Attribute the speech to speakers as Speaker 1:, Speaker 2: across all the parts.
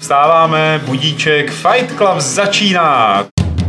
Speaker 1: Vstáváme, budíček, Fight Club začíná!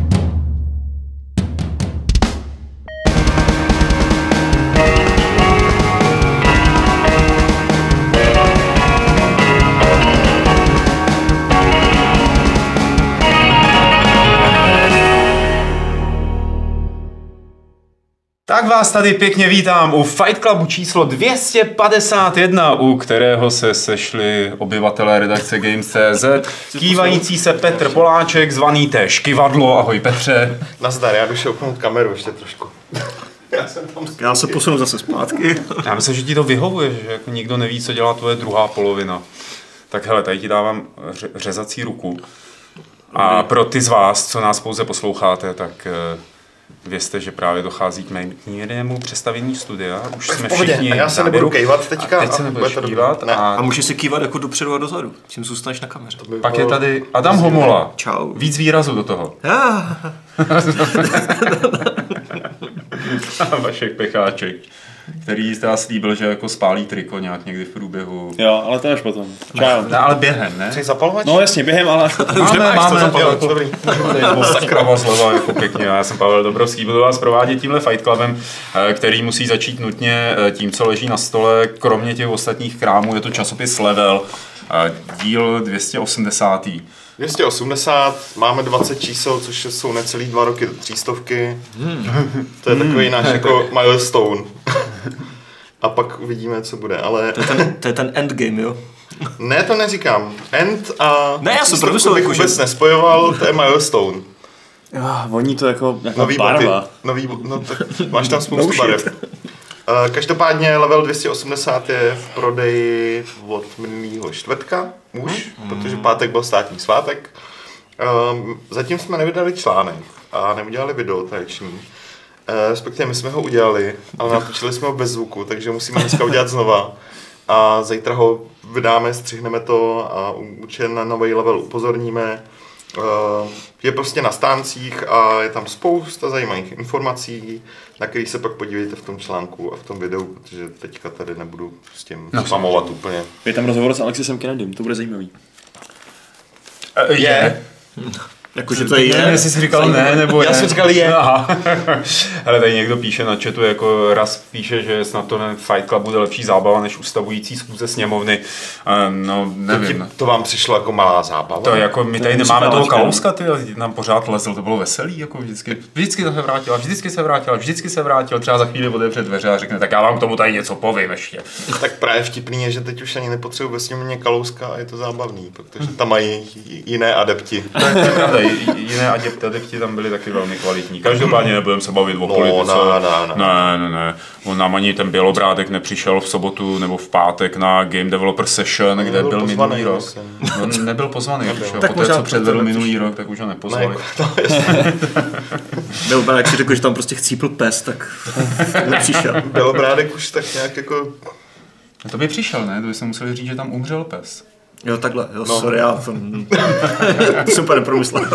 Speaker 1: Tak vás tady pěkně vítám u Fight Clubu číslo 251, u kterého se sešli obyvatelé redakce Games.cz, kývající se Petr Poláček, zvaný též Kivadlo. Ahoj Petře.
Speaker 2: Nazdar, já jdu šoupnout kameru ještě trošku.
Speaker 3: Já se posunu zase zpátky.
Speaker 1: Já myslím, že ti to vyhovuje, že jako nikdo neví, co dělá tvoje druhá polovina. Tak hele, tady ti dávám řezací ruku. A pro ty z vás, co nás pouze posloucháte, tak vězte, že právě dochází k mému přestavění studia. Už jsme všichni
Speaker 2: a já se nebudu kejvat teďka.
Speaker 1: Teď se nebudeš kývat.
Speaker 3: A můžeš se kývat jako dopředu a dozadu. Tím zůstaneš na kameře.
Speaker 1: Pak je tady Adam Homola.
Speaker 3: Čau.
Speaker 1: Víc výrazu do toho. A Vašek Pecháček, který teda slíbil, že jako spálí triko nějak někdy v průběhu.
Speaker 4: Jo, ale to až potom. Čau.
Speaker 1: Ne, ale během, ne?
Speaker 2: Chceš zapalovač?
Speaker 4: No jasně, během, ale až potom.
Speaker 1: Máme,
Speaker 2: Dobrý.
Speaker 1: Sakra zleva, jako pěkně. Já jsem Pavel Dobrovský, budu vás provádět tímhle Fight Clubem, který musí začít nutně tím, co leží na stole. Kromě těch ostatních krámů je to časopis Level, díl 280.
Speaker 2: 280, máme 20 čísel, což jsou necelý 2 roky do 300. To je takový náš jako milestone. A pak uvidíme, co bude, ale...
Speaker 3: To je ten endgame, jo?
Speaker 2: Ne, to neříkám. End a...
Speaker 3: Ne, já jsem
Speaker 2: 300 bych vůbec nespojoval, to je milestone.
Speaker 4: Voní to jako
Speaker 2: Nový
Speaker 4: barva.
Speaker 2: boty. No tak máš tam spoustu barev. Každopádně level 280 je v prodeji od minulého čtvrtka už, protože pátek byl státní svátek. Zatím jsme nevydali článek a neudělali video taječní. Respektive my jsme ho udělali, ale natočili jsme ho bez zvuku, takže musíme dneska udělat znova. A zítra ho vydáme, střihneme to a určitě na nový level upozorníme. Je prostě na stáncích a je tam spousta zajímavých informací, na který se pak podívejte v tom článku a v tom videu, protože teďka tady nebudu s tím spamovat úplně.
Speaker 4: Je tam rozhovor s Alexisem Kennedym, to bude zajímavý.
Speaker 1: Je.
Speaker 3: Jakože to je.
Speaker 1: Ne, jestli jsi říkal ne, nebo
Speaker 2: Já jsem říkal je.
Speaker 1: Aha. Hele, tady někdo píše na chatu, jako raz píše, že snad to Fight Club bude lepší zábava než ustavující schůze sněmovny. No, nevím.
Speaker 2: To vám přišlo jako malá zábava?
Speaker 1: To jako my tady nemáme toho Kalouska, ty nám pořád lezl, to bylo veselý, jako vždycky se vrátil, třeba za chvíli otevře dveře a řekne, tak já vám k tomu tady něco povím ještě.
Speaker 2: Tak právě vtipný je, že teď už ani nepotřebuji ve sněmovně Kalouska a je to zábavný, protože tam mají jiné adepti.
Speaker 1: To je pravda, jiné adepti tam byli taky velmi kvalitní. Každopádně nebudeme se bavit o politice. Ne. On nám ani ten Bělobrádek nepřišel v sobotu nebo v pátek na Game Developer Session, kde byl minulý rok. No, nebyl pozvaný, poté co předvedl minulý rok, tak už ho nepozvali.
Speaker 3: Bělobrádek si řekl, že tam prostě chcípl pes, tak nepřišel.
Speaker 2: Bělobrádek už tak nějak jako...
Speaker 1: To by přišel, ne? To by se museli říct, že tam umřel pes.
Speaker 3: Jo, takhle, jo, no. Sorry, já jsem super nepromyslel.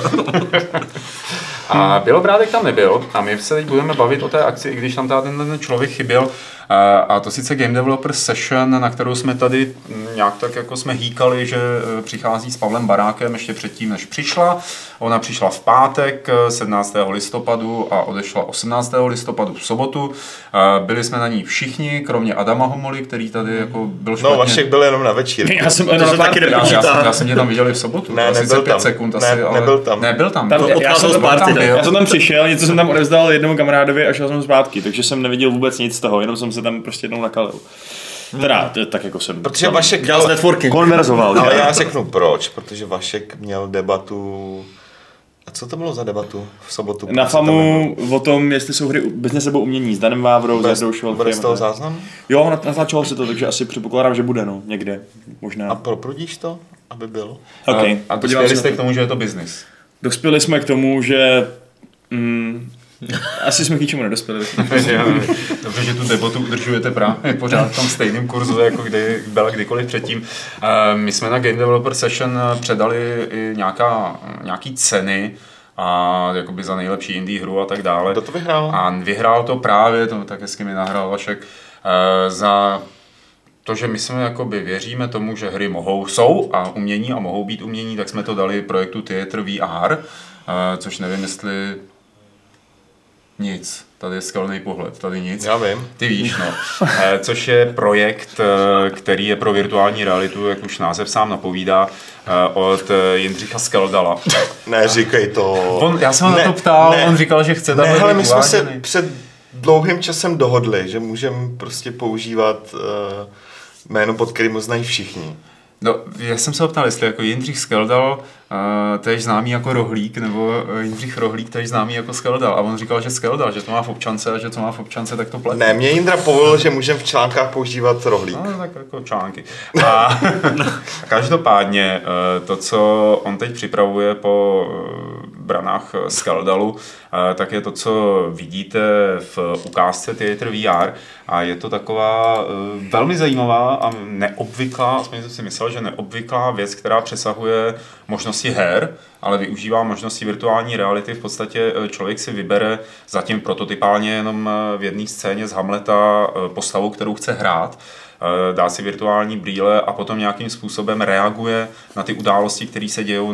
Speaker 1: A Bělobrádek tam nebyl a my se teď budeme bavit o té akci, i když tam ten člověk chyběl. A to sice Game Developer Session, na kterou jsme tady nějak tak jako jsme hýkali, že přichází s Pavlem Barákem ještě předtím, než přišla. Ona přišla v pátek 17. listopadu a odešla 18. listopadu v sobotu. Byli jsme na ní všichni, kromě Adama Homoly, který tady jako byl špatně.
Speaker 2: No, Vašek byl jenom na večírku.
Speaker 4: Já jsem
Speaker 1: já jsem tě tam viděl i v sobotu.
Speaker 2: Ne, nebyl tam.
Speaker 1: Sekund asi,
Speaker 2: ne,
Speaker 1: ale...
Speaker 2: nebyl tam.
Speaker 1: Nebyl tam.
Speaker 4: Já jsem tam přišel, něco jsem tam odevzdal jednomu kamarádovi a šel jsem zpátky, takže jsem neviděl vůbec nic z toho, jenom jsem se tam prostě jednou nakalil. Teda, tak jako jsem...
Speaker 2: Protože Vašek
Speaker 3: dělal networking.
Speaker 4: Konverzoval.
Speaker 2: Ale já řeknu proč, protože Vašek měl debatu... A co to bylo za debatu v sobotu?
Speaker 4: Na FAMu o tom, jestli jsou hry mezi sebou umění s Danem Vávrou, s Jardou Šolfrem.
Speaker 2: Bude z toho záznam?
Speaker 4: Jo, natáčelo se to, takže asi předpokládám, že bude, no, někde, možná.
Speaker 2: A proprudíš to, aby byl?
Speaker 4: Okay.
Speaker 1: A dospěli jste k tomu, že je to biznis?
Speaker 4: Dospěli jsme k tomu, že... asi jsme k ničemu nedospěli.
Speaker 1: Dobře, že tu debatu udržujete právě pořád v tom stejném kurzu, jako kdy byla kdykoliv předtím. My jsme na Game Developer Session předali i nějaký ceny a jakoby za nejlepší indie hru a tak dále.
Speaker 2: Kdo to vyhrál?
Speaker 1: A vyhrál to právě, to tak hezky mi nahrál Vašek, za to, že my jsme jakoby věříme tomu, že hry jsou a umění a mohou být umění, tak jsme to dali projektu Theater VR, což nevím, jestli nic. Tady je skalný pohled, tady nic.
Speaker 2: Já vím.
Speaker 1: Ty víš, no. Což je projekt, který je pro virtuální realitu, jak už název sám napovídá, od Jindřicha Skeldala.
Speaker 2: Neříkej to.
Speaker 1: Já jsem ho na to ptal, on říkal, že chce tam být
Speaker 2: ale my jsme se před dlouhým časem dohodli, že můžeme prostě používat jméno, pod kterým ho znají všichni.
Speaker 1: No, já jsem se ho ptal, jestli jako Jindřich Skeldal, též známý jako Rohlík, nebo Jindřich Rohlík, též známý jako Skeldal. A on říkal, že Skeldal, že to má v občance a že co má v občance, tak to platí.
Speaker 2: Ne, mě Jindra povolil, že můžeme v článkách používat Rohlík.
Speaker 1: No, tak jako články. A každopádně to, co on teď připravuje po branách Skeldalu, tak je to, co vidíte v ukázce Theater VR a je to taková velmi zajímavá a neobvyklá, aspoň jsem si myslel, že neobvyklá věc, která přesahuje možnosti her, ale využívá možnosti virtuální reality. V podstatě člověk si vybere zatím prototypálně jenom v jedné scéně z Hamleta postavu, kterou chce hrát, dá si virtuální brýle a potom nějakým způsobem reaguje na ty události, které se dějou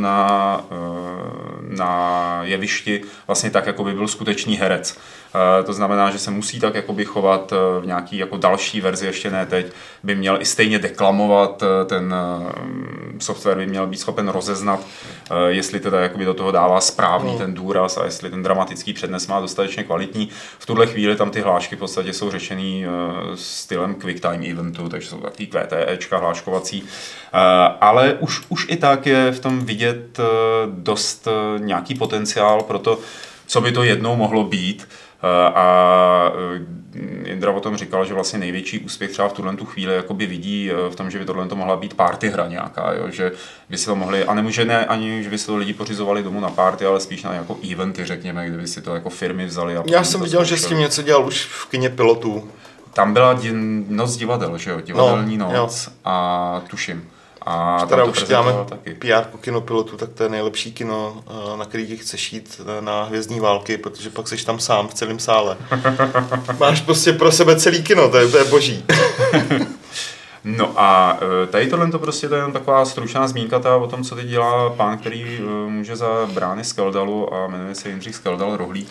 Speaker 1: na jevišti, vlastně tak, jako by byl skutečný herec. To znamená, že se musí tak jakoby chovat v nějaký jako další verzi, ještě ne teď, by měl i stejně deklamovat, ten software by měl být schopen rozeznat, jestli teda jakoby do toho dává správný ten důraz a jestli ten dramatický přednes má dostatečně kvalitní. V tuhle chvíli tam ty hlášky v podstatě jsou řešený stylem QuickTime eventu, takže jsou takový QTEčka hláškovací, ale už i tak je v tom vidět dost nějaký potenciál pro to, co by to jednou mohlo být. A Jindra o tom říkal, že vlastně největší úspěch třeba v tuhle chvíli jakoby vidí v tom, že by tohle mohla být party hra nějaká, jo? Že by si to mohli, a nemůže ne ani, že by si to lidi pořizovali domů na party, ale spíš na jako eventy, řekněme, kdyby si to jako firmy vzali. A
Speaker 2: já jsem viděl, že s tím něco dělal už v kině Pilotů.
Speaker 1: Tam byla noc divadel, že jo, divadelní noc a tuším. A
Speaker 2: teda už děláme PR kino Pilotu, tak to je nejlepší kino, na který ti chceš jít na Hvězdní války, protože pak seš tam sám v celém sále. Máš prostě pro sebe celý kino, to je boží.
Speaker 1: No a tady tohle to prostě to je jen taková stručná zmínka o tom, co teď dělá pán, který může za brány Skeldalu a jmenuje se Jindřich Skeldal Rohlík.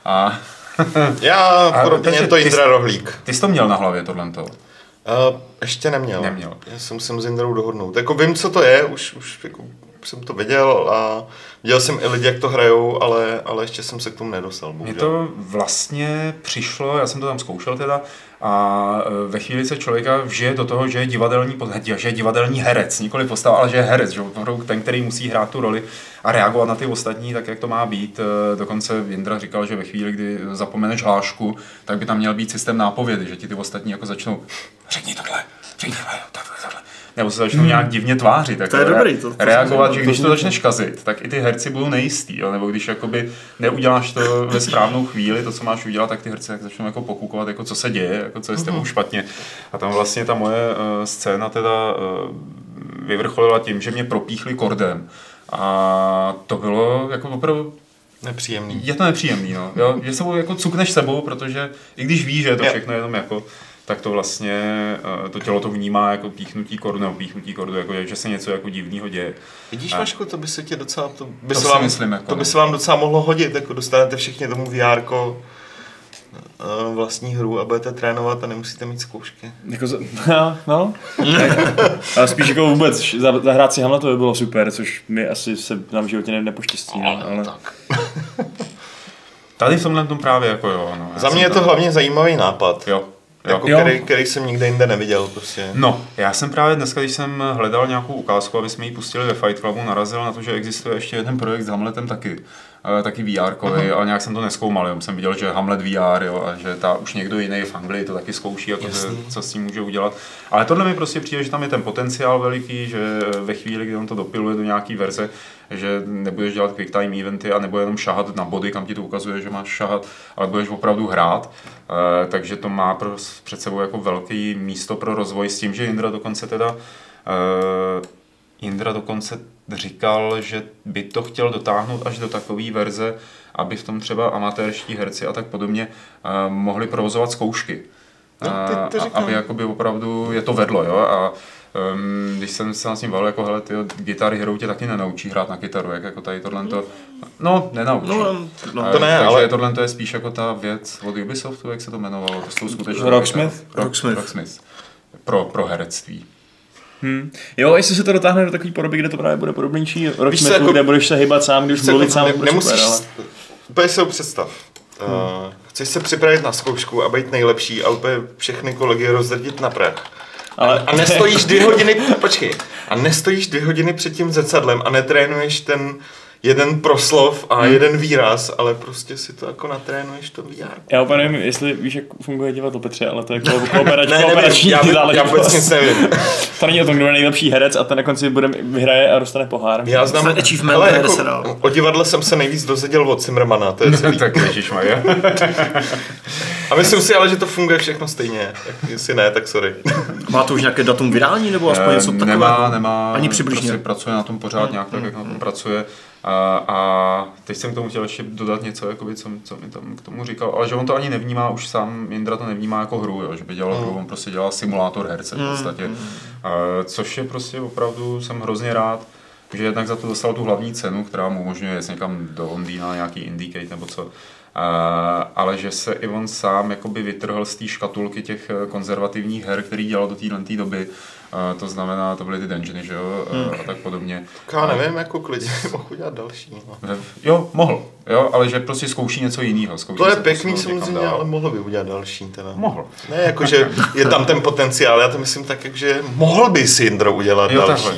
Speaker 2: Pro mě je to Jindra Rohlík.
Speaker 1: Ty jsi to měl na hlavě tohleto?
Speaker 2: Ještě neměl. Já jsem s Jindrou dohodnout. Jako vím, co to je, už jako jsem to viděl a viděl jsem i lidi, jak to hrajou, ale ještě jsem se k tomu nedostal.
Speaker 1: Mně to vlastně přišlo, já jsem to tam zkoušel teda, a ve chvíli se člověka vžije do toho, že je divadelní herec, nikoli postava, ale že je herec, že ten, který musí hrát tu roli a reagovat na ty ostatní, tak jak to má být. Dokonce Jindra říkal, že ve chvíli, kdy zapomeneš hlášku, tak by tam měl být systém nápovědy, že ti ty ostatní jako začnou řekni tohle, tohle. Nebo se začnou nějak divně tvářit, tak
Speaker 3: to je dobrý,
Speaker 1: reagovat, že když to začneš kazit, tak i ty herci budou nejistý, jo? Nebo když jakoby neuděláš to ve správnou chvíli, to, co máš udělat, tak ty herci tak začnou jako pokukovat, jako co se děje, jako co je s tebou špatně. A tam vlastně ta moje scéna teda vyvrcholila tím, že mě propíchli kordem. A to bylo jako opravdu
Speaker 2: nepříjemný.
Speaker 1: Je to nepříjemný, no. Jo? Že sebou jako cukneš sebou, protože i když víš, že je to všechno jenom jako tak to vlastně, to tělo to vnímá jako píchnutí kordu, jako, že se něco jako divného děje.
Speaker 2: Vidíš, Vašku, to by se tě docela, to by se vám docela mohlo hodit, jako dostanete všichni tomu VR-ko, vlastní hru a budete trénovat a nemusíte mít zkoušky.
Speaker 4: Jako no. Ale spíš jako vůbec, zahrát si Hamlet to by bylo super, což mi asi se nám v životě nepoštěstí. Ale tak.
Speaker 1: Tady v tomhle tom právě jako jo. No,
Speaker 2: za mě je to hlavně zajímavý nápad.
Speaker 1: Jo.
Speaker 2: Jako který jsem nikde jinde neviděl prostě.
Speaker 1: No, já jsem právě dneska, když jsem hledal nějakou ukázku, aby jsme ji pustili ve Fight Clubu, narazil na to, že existuje ještě jeden projekt s Hamletem taky VR-kový, ale nějak jsem to nezkoumal, jsem viděl, že Hamlet VR, jo, a že už někdo jiný v Anglii to taky zkouší, jako co s tím může udělat. Ale tohle mi prostě přijde, že tam je ten potenciál veliký, že ve chvíli, kdy on to dopiluje do nějaký verze, že nebudeš dělat quick time eventy a nebo jenom šahat na body, kam ti to ukazuje, že máš šahat, ale budeš opravdu hrát. Takže to má před sebou jako velký místo pro rozvoj s tím, že Jindra dokonce říkal, že by to chtěl dotáhnout až do takové verze, aby v tom třeba amatérští herci a tak podobně mohli provozovat zkoušky. aby jakoby opravdu je to vedlo, jo, a když jsem se s ním bavil, jako hele, tyjo, Guitar Hero tě taky nenaučí hrát na kytaru, jak jako tady tohle to, no, nenaučí.
Speaker 2: No, to ne,
Speaker 1: takže
Speaker 2: ale
Speaker 1: tohle to je spíš jako ta věc od Ubisoftu, jak se to jmenovalo, to jsou skutečně
Speaker 3: Rocksmith.
Speaker 1: Pro herectví.
Speaker 4: Jo, jestli se to dotáhne do takové podoby, kde to právě bude podobnější Rocksmithu, jako, kde budeš se hýbat sám, když mluvit sám,
Speaker 2: nemusíš, ale úplně si ho představ. Chceš se připravit na zkoušku a být nejlepší a úplně všechny kolegy rozdrtit na prach. A nestojíš 2 hodiny, počkej, a nestojíš 2 hodiny před tím zrcadlem a netrénuješ ten jeden proslov a jeden výraz, ale prostě si to jako natrénuješ to VR.
Speaker 4: Já úplně nevím, jestli víš, jak funguje divadlo, Petře, ale to je kooperační
Speaker 2: záležitost. Já vůbec nic nevím.
Speaker 4: To není o tom, kdo je nejlepší herec a ten na konci vyhraje a dostane pohár.
Speaker 2: Já znám, ale jako, o divadle jsem se nejvíc dozvěděl od Zimmermana, to je celý.
Speaker 1: Tak ježišmarja.
Speaker 2: A myslím si ale, že to funguje všechno stejně. Jestli ne, tak sorry.
Speaker 3: Má to už nějaké datum vydání, nebo aspoň něco takového?
Speaker 1: Nemá.
Speaker 3: Ani přibližně.
Speaker 1: Prostě pracuje na tom pořád nějak tak, jak na tom pracuje. A teď jsem k tomu chtěl ještě dodat něco, jakoby, co mi tam k tomu říkal, ale že on to ani nevnímá, už sám Jindra to nevnímá jako hru, jo, že by dělal hru, on prostě dělal simulátor herce v podstatě, což je prostě opravdu, jsem hrozně rád, že jednak za to dostal tu hlavní cenu, která mu umožňuje jet někam do Londýna, nějaký Indicate nebo co, ale že se i on sám jakoby vytrhl z té škatulky těch konzervativních her, který dělal do této doby. To znamená, to byly ty dungeony, že jo, a tak podobně.
Speaker 2: Já nevím, jako klidně mohl udělat další. No.
Speaker 1: Jo, mohl, jo, ale že prostě zkouší něco jiného.
Speaker 2: To je pěkný samozřejmě, ale mohl by udělat další teda.
Speaker 1: Mohl.
Speaker 2: Ne, jakože je tam ten potenciál, já to myslím tak, že mohl by si Jindro udělat další.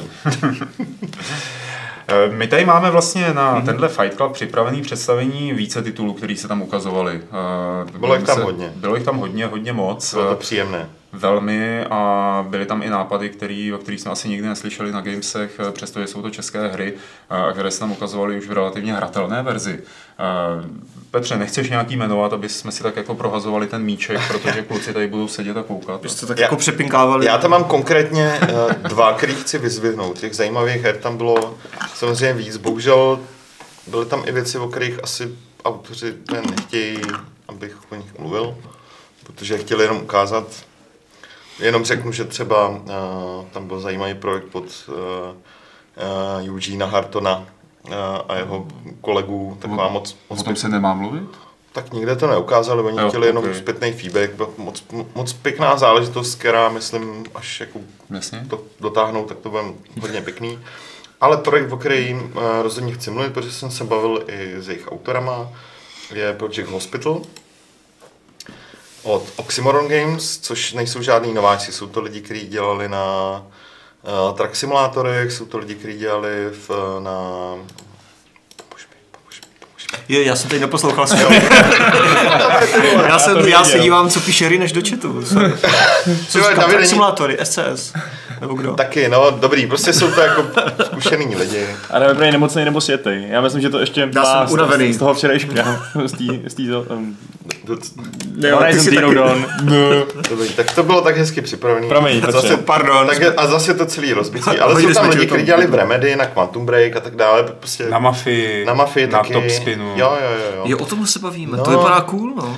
Speaker 1: My tady máme vlastně na tenhle Fight Club připravený představení více titulů, které se tam ukazovaly.
Speaker 2: Bylo jich tam hodně.
Speaker 1: Bylo jich tam hodně moc.
Speaker 2: Bylo to příjemné.
Speaker 1: Velmi a byly tam i nápady, o kterých jsme asi nikdy neslyšeli na Gamesech, přestože jsou to české hry, které se nám ukazovaly už v relativně hratelné verzi. Petře, nechceš nějaký jmenovat, aby jsme si tak jako prohazovali ten míček, protože kluci tady budou sedět a koukat.
Speaker 3: Byste tak jako přepinkávali.
Speaker 2: Já tam mám konkrétně 2, který chci vyzvihnout. Těch zajímavých her tam bylo samozřejmě víc. Bohužel byly tam i věci, o kterých asi autoři nechtějí, abych o nich mluvil, protože chtěli jenom ukázat. Jenom řeknu, že třeba tam byl zajímavý projekt od Eugena Hartona a jeho kolegů, taková moc
Speaker 1: o tom se nemá mluvit?
Speaker 2: Tak nikde to neukázali, oni chtěli jenom zpětný feedback, moc pěkná záležitost, která myslím, až jako to dotáhnou, tak to bude hodně pěkný. Ale projekt, o který rozhodně chci mluvit, protože jsem se bavil i s jejich autorama, je Project Hospital od Oxymoron Games, což nejsou žádný nováčci, jsou to lidi, kteří dělali na truck simulátorech, jsou to lidi, kteří dělali na...
Speaker 3: Já jsem teď neposlouchal já se dívám, co píše než do chatu. Co říká, truck simulátory, SCS, nebo kdo?
Speaker 2: Taky, no dobrý, prostě jsou to jako zkušený lidi.
Speaker 4: A nevím, nemocnej nebo světej. Já myslím, že to ještě má z toho včerejška. Horizon Zero Dawn.
Speaker 2: Dobrý, tak to bylo tak hezky připravený.
Speaker 4: Promiň,
Speaker 2: pardon. A zase to celý rozbitý. Ale jsou tam lidi, kteří dělali v Remedy, na Quantum Break a tak dále. Prostě
Speaker 1: na Mafii
Speaker 2: taky.
Speaker 1: Top Spinu.
Speaker 2: Jo.
Speaker 3: O tom se bavíme, to vypadá cool, no.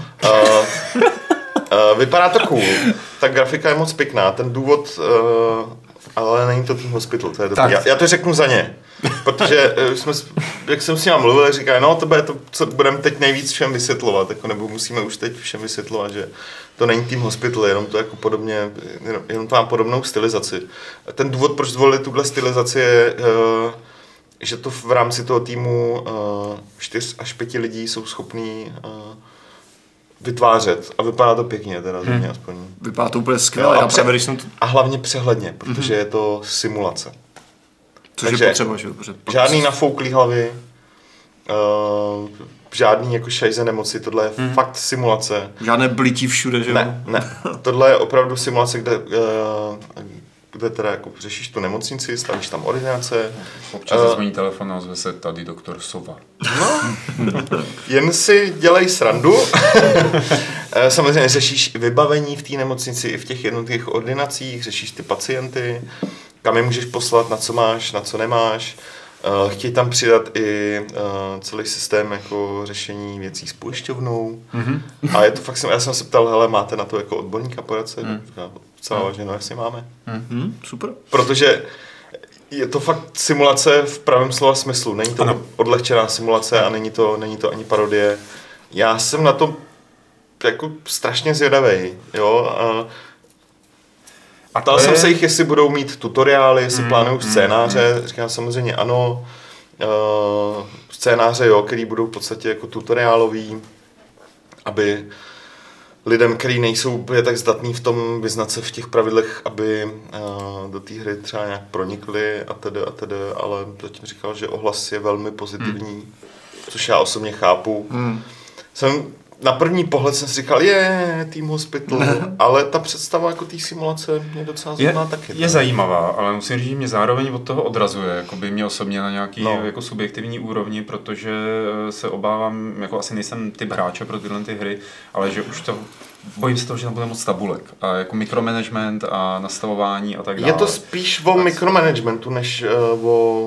Speaker 2: Vypadá to cool. Ta grafika je moc pěkná, ten důvod, ale není to Team Hospital, to je dobrý. Já to řeknu za ně, protože jak jsem s ním mluvil, říká, no to bude to, co budeme teď nejvíc všem vysvětlovat, jako, nebo musíme už teď všem vysvětlovat, že to není Team Hospital, jenom to jako podobně, jenom to má podobnou stylizaci. Ten důvod, proč zvolili tuhle stylizaci je, že to v rámci toho týmu 4 až 5 lidí jsou schopní vytvářet a vypadá to pěkně teda za mě aspoň.
Speaker 3: Vypadá to úplně skvěle.
Speaker 2: A hlavně přehledně, protože je to simulace.
Speaker 3: Což takže je potřeba, že?
Speaker 2: Žádný nafouklý hlavy, žádný jako šajze nemoci, tohle je fakt simulace.
Speaker 3: Žádné blití všude, že?
Speaker 2: Ne. Tohle je opravdu simulace, kde teda jako řešíš tu nemocnici, stavíš tam ordinace.
Speaker 1: Občas zazvoní telefon a ozve se tady doktor Sova.
Speaker 2: No, jen si dělej srandu. Samozřejmě řešíš vybavení v té nemocnici i v těch jednotlivých ordinacích, řešíš ty pacienty, kam je můžeš poslat, na co máš, na co nemáš. Chtějí tam přidat i celý systém jako řešení věcí s pojišťovnou. A je to fakt, já jsem se ptal, hele, máte na to jako odborníka poradce? Celá vážně, no jasně máme.
Speaker 3: Super.
Speaker 2: Protože je to fakt simulace v pravém slova smyslu. Není to odlehčená simulace a není to ani parodie. Já jsem na to jako strašně zvědavej, jo. A ptal jsem se jich, jestli budou mít tutoriály, jestli plánují scénáře. Říkám samozřejmě ano. Scénáře, jo, který budou v podstatě jako tutoriálový, aby lidem, kteří nejsou úplně tak zdatní v tom vyznat se v těch pravidlech, aby do té hry třeba nějak pronikli a tedy, ale zatím říkal, že ohlas je velmi pozitivní, což já osobně chápu. Na první pohled jsem si říkal, Team Hospital, ale ta představa jako té simulace mě docela zajímá taky.
Speaker 1: Je zajímavá, ale musím říct, že mě zároveň od toho odrazuje, jako by mě osobně na nějaký jako subjektivní úrovni, protože se obávám, jako asi nejsem typ hráče pro tyhle ty hry, ale že už to bojím se toho, že tam bude moc tabulek a jako mikromanagement a nastavování a tak dále.
Speaker 2: Je to spíš o mikromanagementu, než o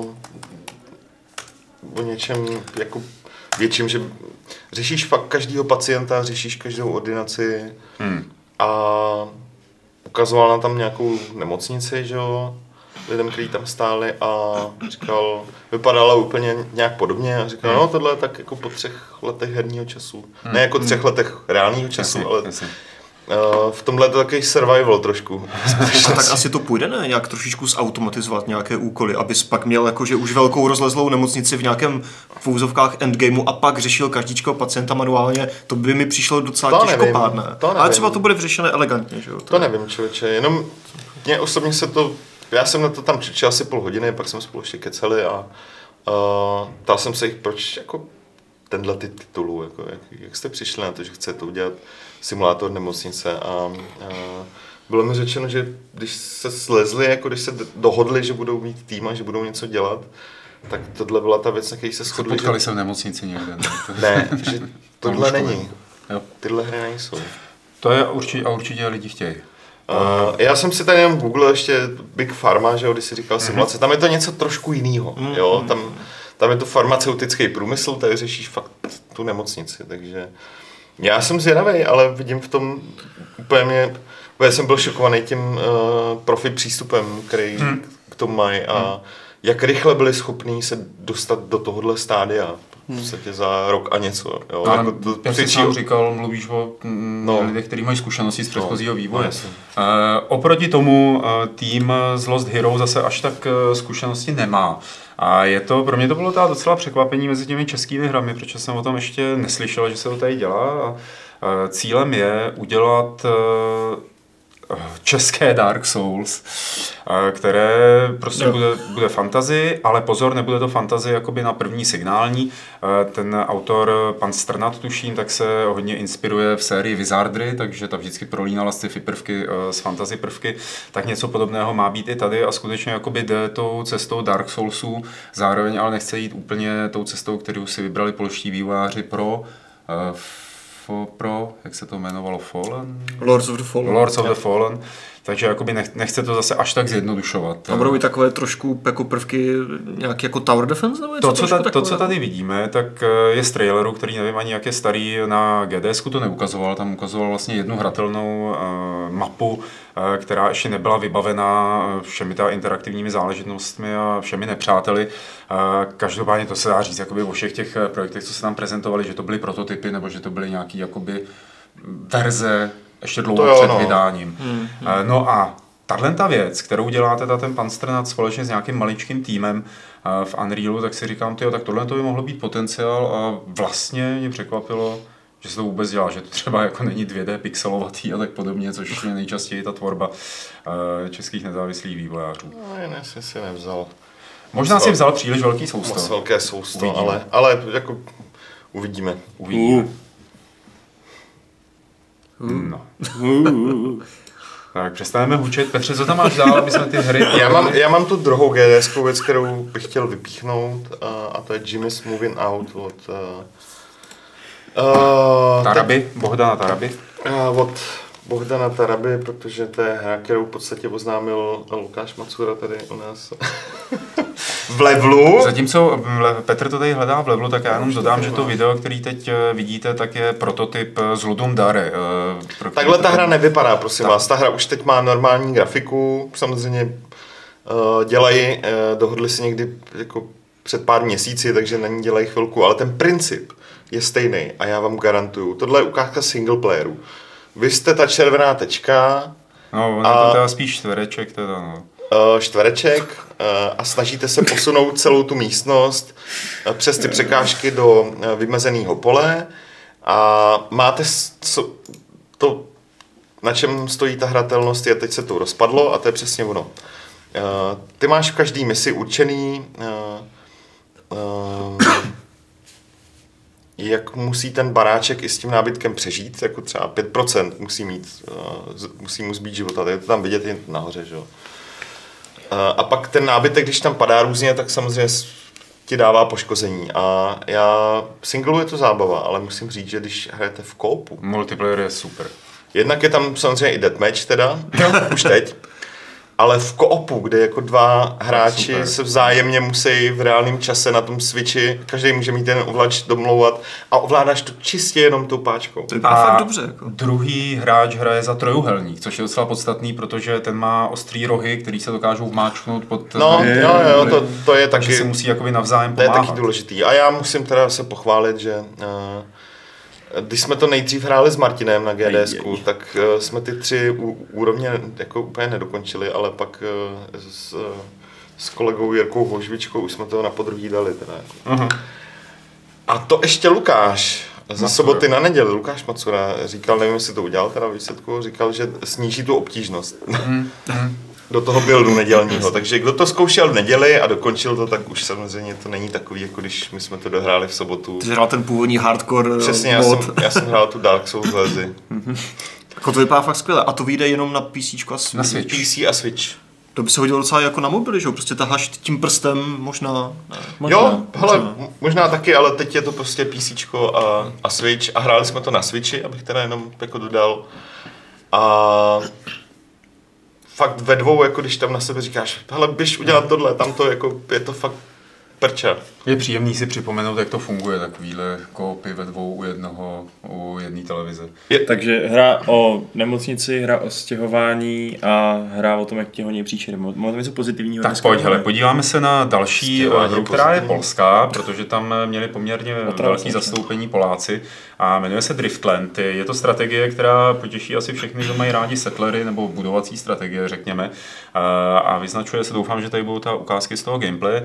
Speaker 2: něčem jako větším, že řešíš fakt každého pacienta, řešíš každou ordinaci a ukazoval nám tam nějakou nemocnici, že jo, lidem, kteří tam stáli a říkal, vypadala úplně nějak podobně a říkal, no tohle je tak jako po 3 letech herního času. Ne jako 3 letech reálního času, ale v tomhle je to takový survival trošku.
Speaker 3: Tak asi to půjde, ne? Nějak trošičku zautomatizovat nějaké úkoly, abys pak měl jakože už velkou rozlezlou nemocnici v nějakém v úzovkách endgameu a pak řešil každíčkého pacienta manuálně, to by mi přišlo docela těžkopádné. Ale třeba to bude vyřešené elegantně, že jo?
Speaker 2: To nevím, člověče, jenom mě osobně se to, já jsem na to tam přišel asi půl hodiny, pak jsme spolu ještě keceli a ptal jsem se jich, proč jako tenhle ty titulů, jako, jak jste přišli na to, že chcete udělat simulátor nemocnice a bylo mi řečeno, že když se slezli, jako když se dohodli, že budou mít tým a že budou něco dělat, tak tohle byla ta věc, na který se shodli.
Speaker 1: Potkali se v nemocnici někde.
Speaker 2: Ne, že tohle není. Jo. Tyhle hry nejsou.
Speaker 1: To je určitě lidi chtějí.
Speaker 2: Já jsem si tady jenom googlil ještě Big Pharma, že jo, když si říkal simulace, tam je to něco trošku jinýho, jo, tam je to farmaceutický průmysl, tady řešíš fakt tu nemocnici, takže já jsem zvědavej, ale vidím v tom úplně jsem byl šokovaný tím profi přístupem, který k tomu mají a jak rychle byli schopní se dostat do tohohle stádia. V podstatě za rok a něco. Jo.
Speaker 1: No, jako to, jak jsi sám říkal, mluvíš o lidech, kteří mají zkušenosti z předchozího vývoje. Oproti tomu tým z Lost Hero zase až tak zkušenosti nemá. A pro mě to bylo docela překvapení mezi těmi českými hrami, protože jsem o tom ještě neslyšel, že se to tady dělá. A cílem je udělat české Dark Souls, které prostě bude fantasy, ale pozor, nebude to fantasy jakoby na první signální. Ten autor, pan Strnad tuším, tak se hodně inspiruje v sérii Wizardry, takže ta vždycky prolínala sci-fi prvky s fantasy prvky, tak něco podobného má být i tady a skutečně jakoby jde tou cestou Dark Soulsů, zároveň ale nechce jít úplně tou cestou, kterou si vybrali polští vývojáři pro jak se to jmenovalo, Fallen?
Speaker 3: Lords of the Fallen.
Speaker 1: Takže jakoby nechce to zase až tak zjednodušovat.
Speaker 3: A budou i takové trošku jako prvky nějaký jako tower defense? Nebo
Speaker 1: to, co tady vidíme, tak je z traileru, který nevím ani jak je starý, na GDSku to neukazoval, tam ukazoval vlastně jednu hratelnou mapu, která ještě nebyla vybavená všemi interaktivními záležitostmi a všemi nepřáteli. Každopádně to se dá říct jakoby o všech těch projektech, co se tam prezentovali, že to byly prototypy nebo že to byly nějaký jakoby verze ještě dlouho před vydáním. No a tato věc, kterou dělá teda ten pan Strnad společně s nějakým maličkým týmem v Unrealu, tak si říkám, tak tohle to by mohlo být potenciál a vlastně mě překvapilo, že se to vůbec dělá, že to třeba jako není 2D pixelovatý a tak podobně, což je nejčastěji ta tvorba českých nezávislých vývojářů.
Speaker 2: No, jen si nevzal.
Speaker 1: Možná si vzal příliš velký sousto.
Speaker 2: Moc velké sousto, ale jako uvidíme.
Speaker 1: No. Tak přestaneme hučet. Petře, co tam máš dál, aby jsme ty hry...
Speaker 2: Já mám tu druhou GDS-kou věc, kterou bych chtěl vypíchnout a to je Jimmy's Moving Out od...
Speaker 1: Taraby, Bohdana Taraby.
Speaker 2: Od Bohdana Taraby, protože to je hra, kterou v podstatě oznámil Lukáš Macura tady u nás. v levelu.
Speaker 1: Zatímco Petr to tady hledá v levelu, tak já jenom dodám, že to video, který teď vidíte, tak je prototyp z Ludum Dare.
Speaker 2: Takhle ta hra nevypadá, prosím vás. Ta hra už teď má normální grafiku, samozřejmě dělají, dohodli si někdy jako před pár měsíci, takže na ní dělají chvilku, ale ten princip je stejný a já vám garantuju. Tohle je ukázka single playeru. Vy jste ta červená tečka.
Speaker 1: No, to teda spíš čtvereček teda, no.
Speaker 2: Čtvereček a snažíte se posunout celou tu místnost přes ty překážky do vymezeného pole a máte to, na čem stojí ta hratelnost, je teď se to rozpadlo a to je přesně ono. Ty máš v každý misi určený jak musí ten baráček i s tím nábytkem přežít, jako třeba 5% musí mu zbýt života, tak je to tam vidět i nahoře, že jo. A pak ten nábytek, když tam padá různě, tak samozřejmě ti dává poškození. A singlu je to zábava, ale musím říct, že když hrajete v koopu...
Speaker 1: Multiplayer je super.
Speaker 2: Jednak je tam samozřejmě i deathmatch teda, už teď. Ale v koopu, kde jako dva hráči se vzájemně musí v reálném čase na tom switchi, každý může mít ten ovladač domlouvat a ovládáš to čistě jenom tou páčkou.
Speaker 3: To je fakt dobře. Jako.
Speaker 1: Druhý hráč hraje za trojuhelník, což je docela podstatný, protože ten má ostrý rohy, který se dokážou vmáčknout pod...
Speaker 2: No, to je taky...
Speaker 1: Takže se musí jakoby navzájem pomáhat.
Speaker 2: To je taky důležitý. A já musím teda se pochválit, že... Když jsme to nejdřív hráli s Martinem na GDSku, tak jsme ty 3 úrovně jako úplně nedokončili, ale pak s kolegou Jirkou Hožvičkou už jsme toho na podruhý dali. Teda, jako. A to ještě Lukáš, ze soboty na neděli, Lukáš Macura říkal, nevím, jestli to udělal teda výsledku, říkal, že sníží tu obtížnost. Do toho buildu nedělního. Takže kdo to zkoušel v neděli a dokončil to, tak už samozřejmě to není takový, jako když my jsme to dohráli v sobotu.
Speaker 3: Ty jsi hrál ten původní hardcore.
Speaker 2: Přesně, já jsem hrál tu Dark Souls verzi.
Speaker 3: Jako to vypadá fakt skvěle. A to vyjde jenom na PC a Switch.
Speaker 1: Na Switch.
Speaker 2: PC a Switch.
Speaker 3: To by se hodilo docela jako na mobily, že jo? Prostě taháš tím prstem,
Speaker 2: možná taky, ale teď je to prostě PC a Switch a hráli jsme to na Switchi, abych teda jenom jako dodal. A fakt ve dvou, jako když tam na sebe říkáš, hele, běž udělat tohle, tam to jako, je to fakt prča.
Speaker 1: Je příjemný si připomenout, jak to funguje, takovýhle koopy ve dvou u jedné televize.
Speaker 4: Takže hra o nemocnici, hra o stěhování a hra o tom, jak tě honí příšery. Máme něco pozitivního?
Speaker 1: Tak pojď, hele, podíváme se na další hru, která je polská, protože tam měli poměrně velký zastoupení Poláci a jmenuje se Driftland. Je to strategie, která potěší asi všechny, kdo mají rádi settlery nebo budovací strategie, řekněme. A vyznačuje se, doufám, že tady budou ta ukázky z toho gameplay.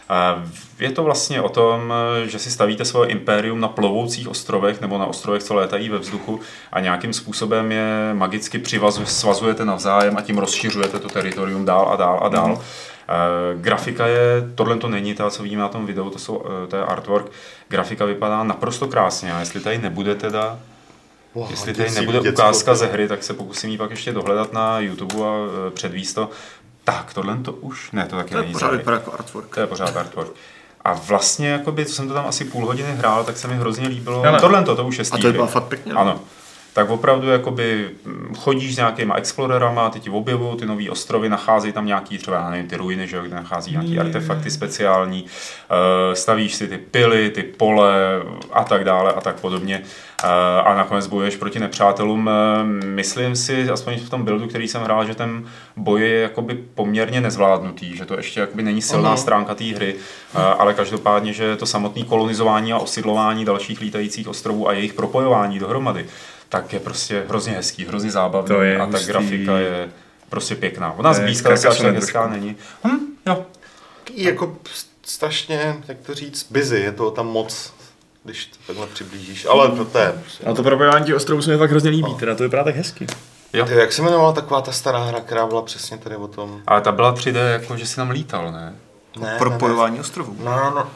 Speaker 1: Je to vlastně o tom, že si stavíte svoje impérium na plovoucích ostrovech nebo na ostrovech, co létají ve vzduchu a nějakým způsobem je magicky svazujete navzájem a tím rozšiřujete to teritorium dál a dál a dál. Grafika je, tohle to není ta, co vidíme na tom videu, to je artwork. Grafika vypadá naprosto krásně a jestli tady nebude teda jestli tady nebude ukázka ze hry, tak se pokusím ji pak ještě dohledat na YouTube a předvíst to. Tak, tohle to už, ne, to taky není závěr.
Speaker 3: Jako artwork.
Speaker 1: To je pořád artwork. A vlastně, jakoby, co jsem to tam asi půl hodiny hrál, tak se mi hrozně líbilo. Tohle to už je z té hry.
Speaker 3: A to bylo fakt pěkně.
Speaker 1: Ano. Tak opravdu jakoby chodíš s nějakýma explorerama, ty ti objevují ty nový ostrovy, nacházejí tam nějaký třeba, nevím, ty ruiny, že, kde nachází nějaký artefakty speciální, stavíš si ty pily, ty pole a tak dále a tak podobně. A nakonec bojuješ proti nepřátelům. Myslím si, aspoň v tom buildu, který jsem hrál, že ten boj je jakoby poměrně nezvládnutý, že to ještě jakoby není silná stránka té hry, ale každopádně, že to samotné kolonizování a osidlování dalších lítajících ostrovů a jejich propojování dohromady, tak je prostě hrozně hezký, hrozně zábavný a ta grafika je prostě pěkná. Ona zblízka zase až tak hezká není. Jo.
Speaker 2: Jako strašně, jak to říct, busy, je toho tam moc, když to takhle přiblížíš, ale to je...
Speaker 4: A to propojování těch ostrovů se mi fakt hrozně líbí, teda to vypadá tak hezky.
Speaker 1: Jo.
Speaker 2: Jak se jmenovala taková ta stará hra, která byla přesně tady o tom?
Speaker 1: Ale ta byla 3D, jako že si tam lítal, ne?
Speaker 3: Propojování ostrovů.
Speaker 2: No.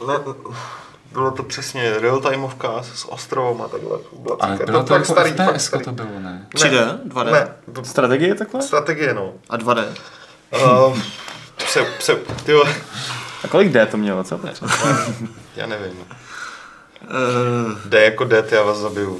Speaker 2: Bylo to přesně real-timeovka s ostrovem a takhle.
Speaker 1: Ale bylo to jako FPS to bylo, ne?
Speaker 3: 3D? 2D?
Speaker 2: Ne.
Speaker 4: Strategie takhle?
Speaker 2: Strategie, no.
Speaker 3: A 2D?
Speaker 4: A kolik D to mělo, co?
Speaker 2: Já nevím. D jako D, já vás zabiju.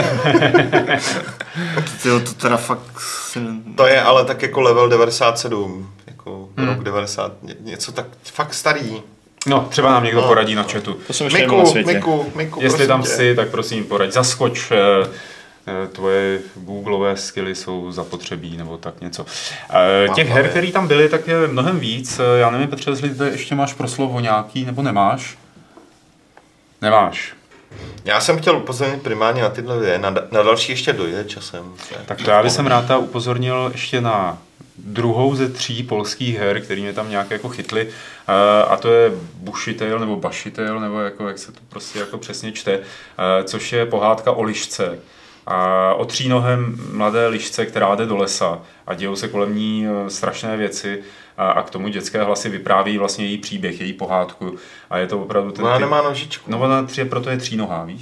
Speaker 3: To teda fakt...
Speaker 2: To je ale tak jako level 97, jako rok 90, něco tak fakt starý.
Speaker 1: No, třeba nám někdo poradí na chatu.
Speaker 4: To jsem ještě nebyl na světě.
Speaker 2: Miku,
Speaker 1: jestli tam jsi, tak prosím poraď. Zaskoč, tvoje googleové skilly jsou zapotřebí, nebo tak něco. Těch her, které tam byly, tak je mnohem víc. Já nevím, Petře, jestli ty ještě máš proslovo nějaký, nebo nemáš? Nemáš.
Speaker 2: Já jsem chtěl upozornit primárně na tyhle dvě, na další ještě dojde časem.
Speaker 1: Tak to já bych rád upozornil ještě na druhou ze 3 polských her, které mě tam nějak jako chytly, a to je Bushitel nebo Bashitel, nebo jako, jak se to prostě jako přesně čte, což je pohádka o lišce. A o třínohém mladé lišce, která jde do lesa a dějou se kolem ní strašné věci a k tomu dětské hlasy vypráví vlastně její příběh, její pohádku. A je to opravdu ten...
Speaker 2: Ona nemá nožičku.
Speaker 1: No ona proto je třínohá, víš?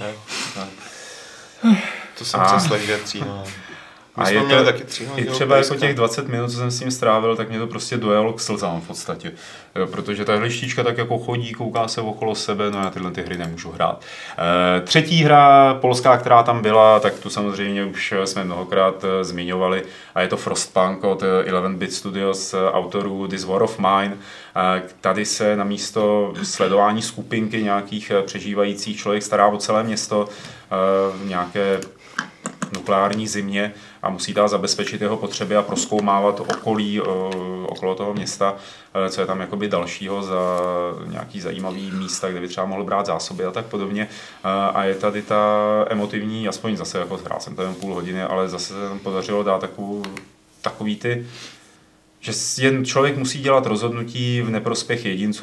Speaker 2: To jsem přeslech, že je třínohá.
Speaker 1: A je to taky i třeba jako těch 20 minut, co jsem s tím strávil, tak mě to prostě dojalo k slzám v podstatě. Protože ta lištička tak jako chodí, kouká se okolo sebe, no já tyhle ty hry nemůžu hrát. Třetí hra polská, která tam byla, tak tu samozřejmě už jsme mnohokrát zmiňovali a je to Frostpunk od 11-bit Studios, autorů This War of Mine. Tady se na místo sledování skupinky nějakých přežívajících člověk stará o celé město v nějaké nukleární zimě a musí dál zabezpečit jeho potřeby a prozkoumávat okolí okolo toho města, co je tam jakoby dalšího za nějaký zajímavý místa, kde by třeba mohl brát zásoby a tak podobně. A je tady ta emotivní, aspoň zase jako hrál jsem tady půl hodiny, ale zase se tam podařilo dát takový ty, že jen člověk musí dělat rozhodnutí v neprospěch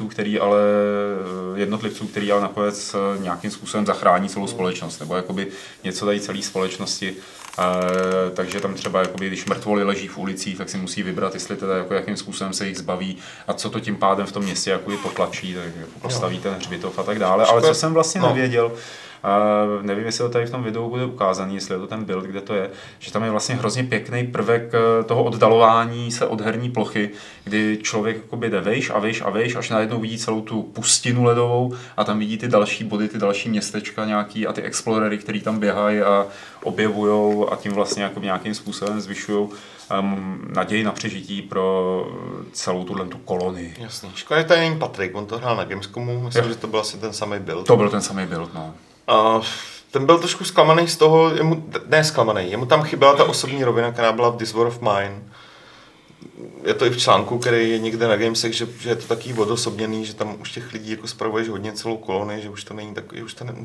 Speaker 1: jednotlivců, který ale nakonec nějakým způsobem zachrání celou společnost, nebo jakoby něco dají celé společnosti. Takže tam třeba, jakoby, když mrtvoly leží v ulicích, tak si musí vybrat, jestli teda jako jakým způsobem se jich zbaví a co to tím pádem v tom městě jakoby potlačí, tak jako postaví ten hřbitov a tak dále. Ale co jsem vlastně nevěděl, nevím, jestli to tady v tom videu bude ukázaný, jestli je to ten build, kde to je, že tam je vlastně hrozně pěkný prvek toho oddalování se od herní plochy, kdy člověk jakoby jde vejš, až najednou vidí celou tu pustinu ledovou a tam vidí ty další body, ty další městečka nějaký a ty explorery, který tam běhají a objevujou a tím vlastně jako nějakým způsobem zvyšují naději na přežití pro celou tu kolonii.
Speaker 2: Jasně. Škoda, že tady není Patrik, on to hrál na Gamescomu, myslím, že to byl asi ten samý build.
Speaker 1: To byl ten samý build, no.
Speaker 2: Ten byl trošku zklamaný z toho, jemu tam chyběla ta osobní rovina, která byla v This War of Mine. Je to i v článku, který je někde na Gamesech, že je to taky odosobněný, že tam už těch lidí jako spravuješ hodně celou kolonii, že už to není takový, už to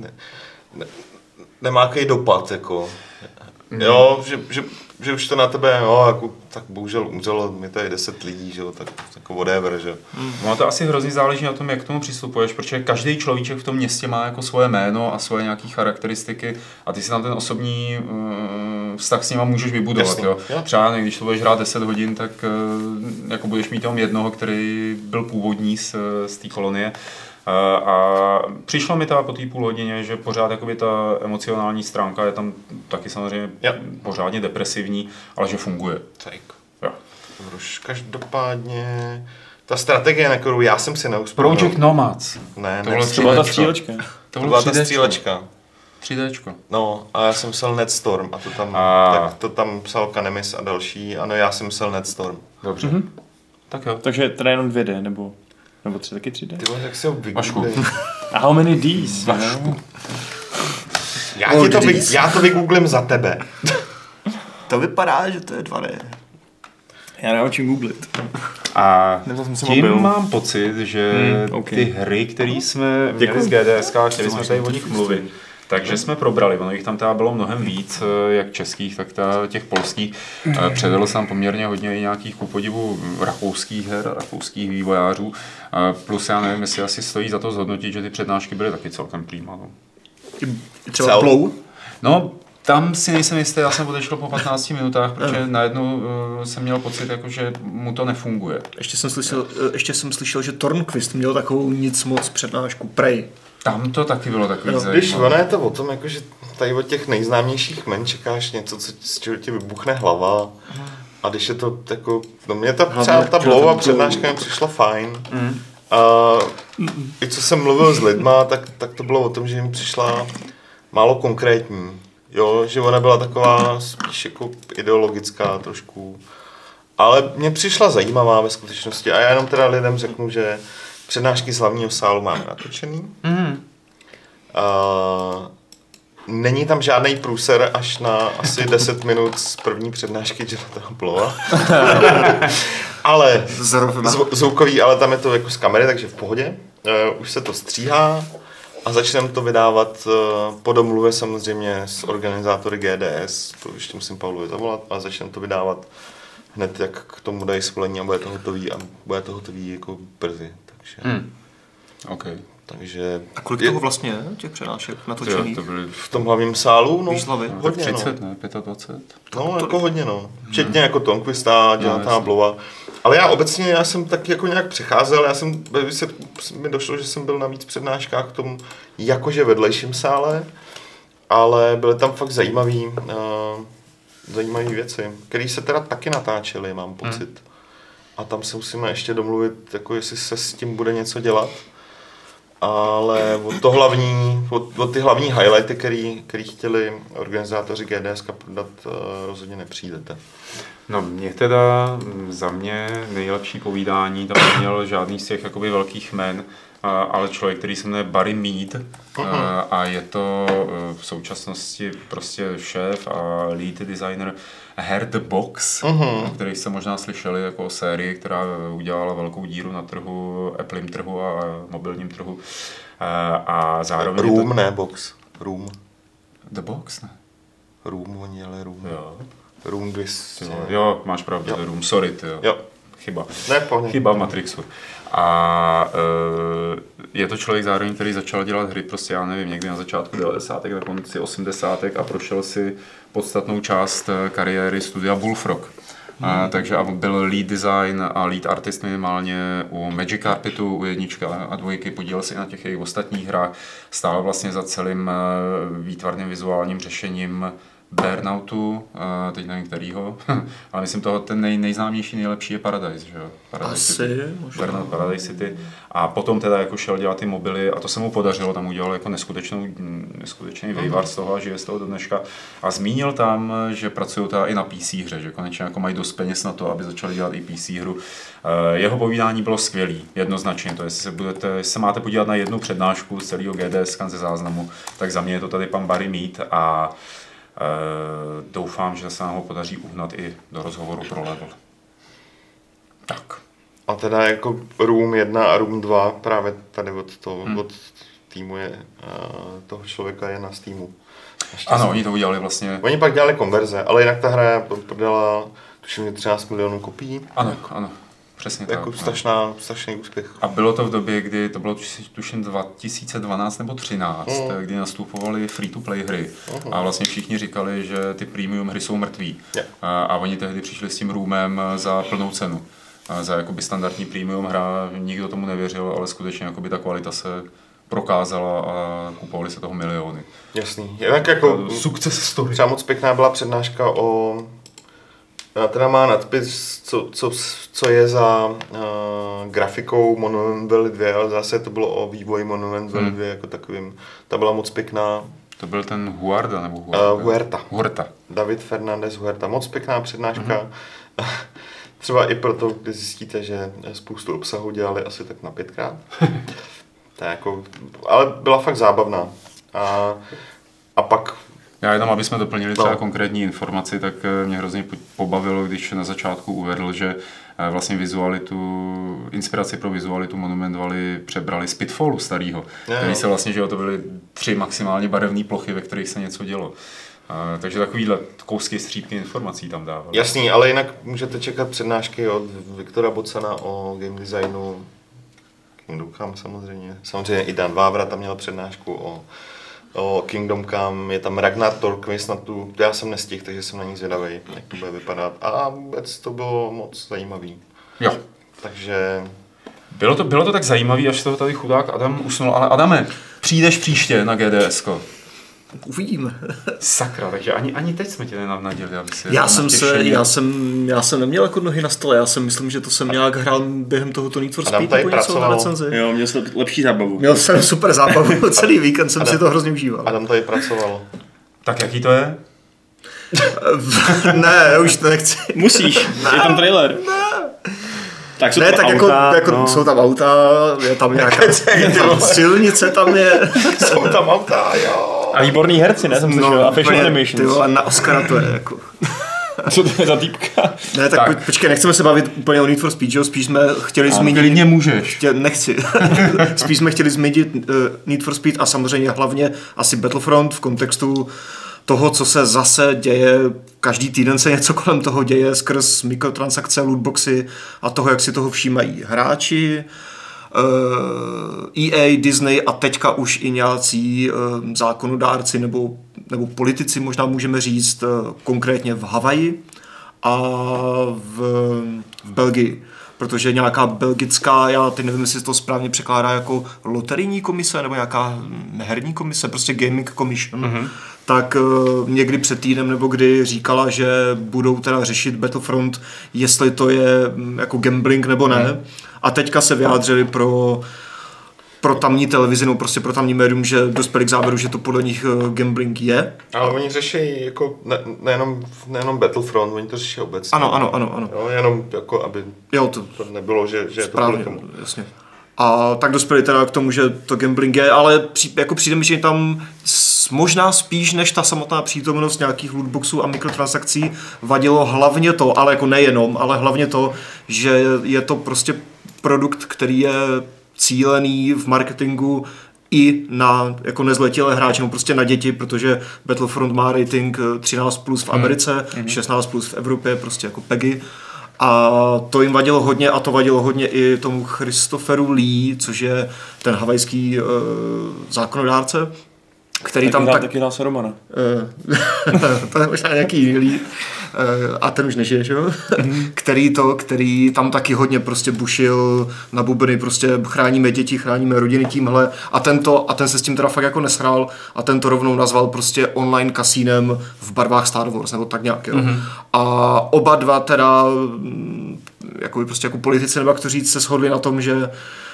Speaker 2: nemá takový dopad, jako. Jo, že už to na tebe, jo, jako, tak bohužel umřelo mi tady 10 lidí, že jo, tak jako whatever, že.
Speaker 1: No to asi hrozně záleží na tom, jak k tomu přistupuješ, protože každý človíček v tom městě má jako svoje jméno a svoje nějaké charakteristiky a ty si tam ten osobní vztah s nima můžeš vybudovat, jasně, jo. Třeba když to budeš hrát 10 hodin, tak jako budeš mít tam jednoho, který byl původní z té kolonie. A přišlo mi teda po té půl hodině, že pořád jakoby ta emocionální stránka je tam taky samozřejmě pořádně depresivní, ale že funguje.
Speaker 2: Tak. Jo. Každopádně ta strategie, na kterou já jsem si neuspomněl.
Speaker 1: Project Nomads.
Speaker 2: Ne,
Speaker 4: to byla ta střílečka.
Speaker 2: To byla ta střílečka.
Speaker 1: 3Dčko.
Speaker 2: No, a já jsem psal Netstorm a to tam psal Kanemis a další. Ano, já jsem psal Netstorm.
Speaker 1: Dobře. Tak jo.
Speaker 4: Takže teda jenom 2D, nebo 3 taky 3D?
Speaker 2: Ty vole, jak si ho vygooglej.
Speaker 4: A how many Ds?
Speaker 2: Já to vygooglím za tebe.
Speaker 3: To vypadá, že to je 2D.
Speaker 4: Já naučím googlit.
Speaker 1: A tím mám pocit, že ty hry, které jsme měli z GDSK, chtěli jsme tady o nich mluvit, takže jsme probrali, ono jich tam teda bylo mnohem víc, jak českých, tak těch polských. Předvedl jsem poměrně hodně i nějakých kupodivu rakouských her, rakouských vývojářů, plus já nevím, jestli asi stojí za to zhodnotit, že ty přednášky byly taky celkem prýma. No.
Speaker 3: Třeba Plou?
Speaker 1: No, tam si nejsem jistý, já jsem odešel po 15 minutách, protože najednou jsem měl pocit, jako, že mu to nefunguje.
Speaker 3: Ještě jsem slyšel, že Tornquist měl takovou nic moc přednášku, Prey.
Speaker 1: Tam to taky bylo takový zajímavé.
Speaker 2: Když ono je to o tom, jako, že tady od těch nejznámějších men čekáš něco, z čeho ti vybuchne hlava. A když je to jako, no mě ta Blowová přednáška mi přišla fajn. A i co jsem mluvil s lidma, tak to bylo o tom, že mi přišla málo konkrétní. Jo, že ona byla taková spíš jako ideologická trošku. Ale mě přišla zajímavá ve skutečnosti a já jenom teda lidem řeknu, že Přednášky z hlavního sálu máme natočený. Není tam žádný průser až na asi 10 minut z první přednášky Jonathana Blowa. Ale zvukový, ale tam je to jako z kamery, takže v pohodě. Už se to stříhá a začneme to vydávat po domluvě samozřejmě s organizátory GDS, to ještě musím Pavlovi zavolat, a začneme to vydávat hned, jak k tomu dají svolení a bude to hotový jako brzy. Takže...
Speaker 1: Okay.
Speaker 2: Takže...
Speaker 3: A kolik toho vlastně je, těch přednášek natočených?
Speaker 2: To byly v tom hlavním sálu, no,
Speaker 1: hodně, 30, ne? 25?
Speaker 2: No, jako hodně, no. Včetně jako Tonquista, Jonathana Blowa. Ale já jsem tak jako nějak přecházel, mi došlo, že jsem byl na víc přednáškách v tom jakože vedlejším sále, ale byly tam fakt zajímavé věci, které se teda taky natáčely, mám pocit. A tam se musíme ještě domluvit, jako jestli se s tím bude něco dělat. Ale o ty hlavní highlighty, který chtěli organizátoři GDS prodat, rozhodně nepřijdete.
Speaker 1: No, mě teda za mě nejlepší povídání tam neměl žádný z těch jakoby velkých jmen, ale člověk, který se jmenuje Barry Mead a je to v současnosti prostě šéf a lead designer Her The Box, o kterých jste možná slyšeli jako o sérii, která udělala velkou díru na trhu, Appleím trhu a mobilním trhu. A zároveň
Speaker 2: Room, ne Box. Room.
Speaker 1: The Box, ne?
Speaker 2: Room, oni dělali Room.
Speaker 1: Jo.
Speaker 2: Room 200.
Speaker 1: Jo, máš pravdu, to je Room, sorry, ty jo. Chyba. Chyba v Matrixu. A je to člověk zároveň, který začal dělat hry prostě, já nevím, někdy na začátku 90. na konci 80. a prošel si podstatnou část kariéry studia Bullfrog. Takže byl lead design a lead artist minimálně u Magic Carpetu, u 1 a 2, podílel se i na těch jejich ostatních hrách, stál vlastně za celým výtvarným vizuálním řešením Burnoutu, teď nevím kterýho, ale myslím toho, ten nejznámější, nejlepší je Paradise, že jo? Burnout Paradise City. A potom teda jako šel dělat ty mobily a to se mu podařilo, tam udělal jako neskutečný vývar z toho a žije z toho do dneška. A zmínil tam, že pracují teda i na PC hře, že konečně jako mají dost peněz na to, aby začali dělat i PC hru. Jeho povídání bylo skvělý, jednoznačně. To jestli se máte podívat na jednu přednášku z celého GDS ze záznamu, tak za mě je to tady pan Barry Mead a doufám, že se nám ho podaří uhnat i do rozhovoru pro Level. Tak.
Speaker 2: A teda jako Room 1 a Room 2 právě tady od týmu je, toho člověka je na Steamu.
Speaker 1: Ano, oni to udělali vlastně.
Speaker 2: Oni pak dělali konverze, ale jinak ta hra prodala tuším 13 milionů kopií.
Speaker 1: Ano. Přesně tak.
Speaker 2: Jako strašný úspěch.
Speaker 1: A bylo to v době, kdy to bylo tuším 2012 nebo 2013, kdy nastupovaly free-to-play hry. A vlastně všichni říkali, že ty premium hry jsou mrtví. A oni tehdy přišli s tím Roomem za plnou cenu. Za jakoby standardní premium hra, nikdo tomu nevěřil, ale skutečně jakoby ta kvalita se prokázala a kupovali se toho miliony.
Speaker 2: Jasný. Jinak jako
Speaker 1: success story.
Speaker 2: Třeba moc pěkná byla přednáška o... Teda má nadpis, co je za grafikou Monument Valley 2, ale zase to bylo o vývoji Monument Valley 2 jako takovým. Ta byla moc pěkná.
Speaker 1: To byl ten Huerta, nebo
Speaker 2: Huerta. David Fernández Huerta. Moc pěkná přednáška. Třeba i proto, když zjistíte, že spoustu obsahu dělali asi tak na 5krát. Jako, ale byla fakt zábavná. A pak...
Speaker 1: Já jenom, aby jsme doplnili třeba konkrétní informaci, tak mě hrozně pobavilo, když na začátku uvedl, že vlastně inspiraci pro vizualitu Monument Valley přebrali z Pitfallu starýho, který se vlastně, že to byly 3 maximálně barevné plochy, ve kterých se něco dělo. Takže takovýhle kousky střípky informací tam dávali.
Speaker 2: Jasný, ale jinak můžete čekat přednášky od Viktora Bocana o game designu, Kingdom Come samozřejmě. Samozřejmě i Dan Vávra tam měl přednášku o Kingdom Come, je tam Ragnar Torquist na tu, já jsem nestihl, takže jsem na ní zvědavý, jak to bude vypadat. A vůbec to bylo moc zajímavý.
Speaker 1: Jo.
Speaker 2: Takže...
Speaker 1: Bylo to tak zajímavý, až toho tady chudák Adam usnul, ale Adame, přijdeš příště na GDS-ko.
Speaker 3: Uvidíme.
Speaker 1: Sakra, takže ani teď jsme tě nenavnadili, aby si...
Speaker 3: Já jsem neměl jako nohy na stole, já jsem myslím, že to jsem nějak hrál během tohoto Need for Speed nebo něco na recenzi.
Speaker 4: Jo, měl jsem lepší zábavu.
Speaker 3: Měl jsem super zábavu, celý víkend jsem si to hrozně užíval.
Speaker 2: Adam tady pracoval.
Speaker 1: Tak jaký to je?
Speaker 3: Ne, už to nechci.
Speaker 4: Musíš, je tam trailer. Tak jsou
Speaker 3: ne,
Speaker 4: tam
Speaker 3: tak
Speaker 4: auta,
Speaker 3: jako
Speaker 4: no.
Speaker 3: Jsou tam auta, je tam nějaká silnice tam je.
Speaker 2: Jsou tam auta, jo.
Speaker 4: A výborný herci, ne? Jsem slyšel. A facial
Speaker 3: Ty
Speaker 4: animations.
Speaker 3: vole, na Oscara to je jako...
Speaker 4: Co to je za týpka?
Speaker 3: Ne, tak počkej, nechceme se bavit úplně o Need for Speed, jo? Spíš jsme chtěli zmínit...
Speaker 1: Klidně můžeš.
Speaker 3: Nechci. Spíš jsme chtěli zmínit Need for Speed a samozřejmě hlavně asi Battlefront v kontextu toho, co se zase děje, každý týden se něco kolem toho děje skrz mikrotransakce, lootboxy a toho, jak si toho všímají hráči, EA, Disney a teďka už i nějací zákonodárci nebo politici, možná můžeme říct, konkrétně v Havaji a v Belgii. Protože nějaká belgická, já teď nevím, jestli to správně překládá jako loterijní komise nebo nějaká herní komise, prostě Gaming Commission, tak někdy před týdnem nebo kdy říkala, že budou teda řešit Battlefront, jestli to je jako gambling nebo ne. A teďka se vyjádřili pro tamní televizi, no prostě pro tamní médium, že dospěli k závěru, že to podle nich gambling je.
Speaker 2: Ale oni řeší jako nejenom Battlefront, oni to řeší obecně.
Speaker 3: Ano.
Speaker 2: Jo, jenom jako, aby to nebylo, že je to kvůli tomu.
Speaker 3: Jasně. A tak dospěli teda k tomu, že to gambling je, ale jako přijde mi, že tam možná spíš než ta samotná přítomnost nějakých lootboxů a mikrotransakcí vadilo hlavně to, ale jako nejenom, ale hlavně to, že je to prostě produkt, který je cílený v marketingu i na jako nezletilé hráče, prostě na děti, protože Battlefront má rating 13+ v Americe, 16+ v Evropě, prostě jako PEGI. A to jim vadilo hodně a to vadilo hodně i tomu Christopheru Lee, což je ten havajský zákonodárce, který tam
Speaker 4: taky dá se Romana.
Speaker 3: To je možná nějaký jiný Lee. A ten už nežije, že jo? který tam taky hodně prostě bušil na bubny, prostě chráníme děti, chráníme rodiny tímhle a ten se s tím teda fakt jako neshrál a ten to rovnou nazval prostě online kasínem v barvách Star Wars, nebo tak nějak, jo. A oba dva teda jako prostě jako politici, nebo jak to říct, se shodli na tom, že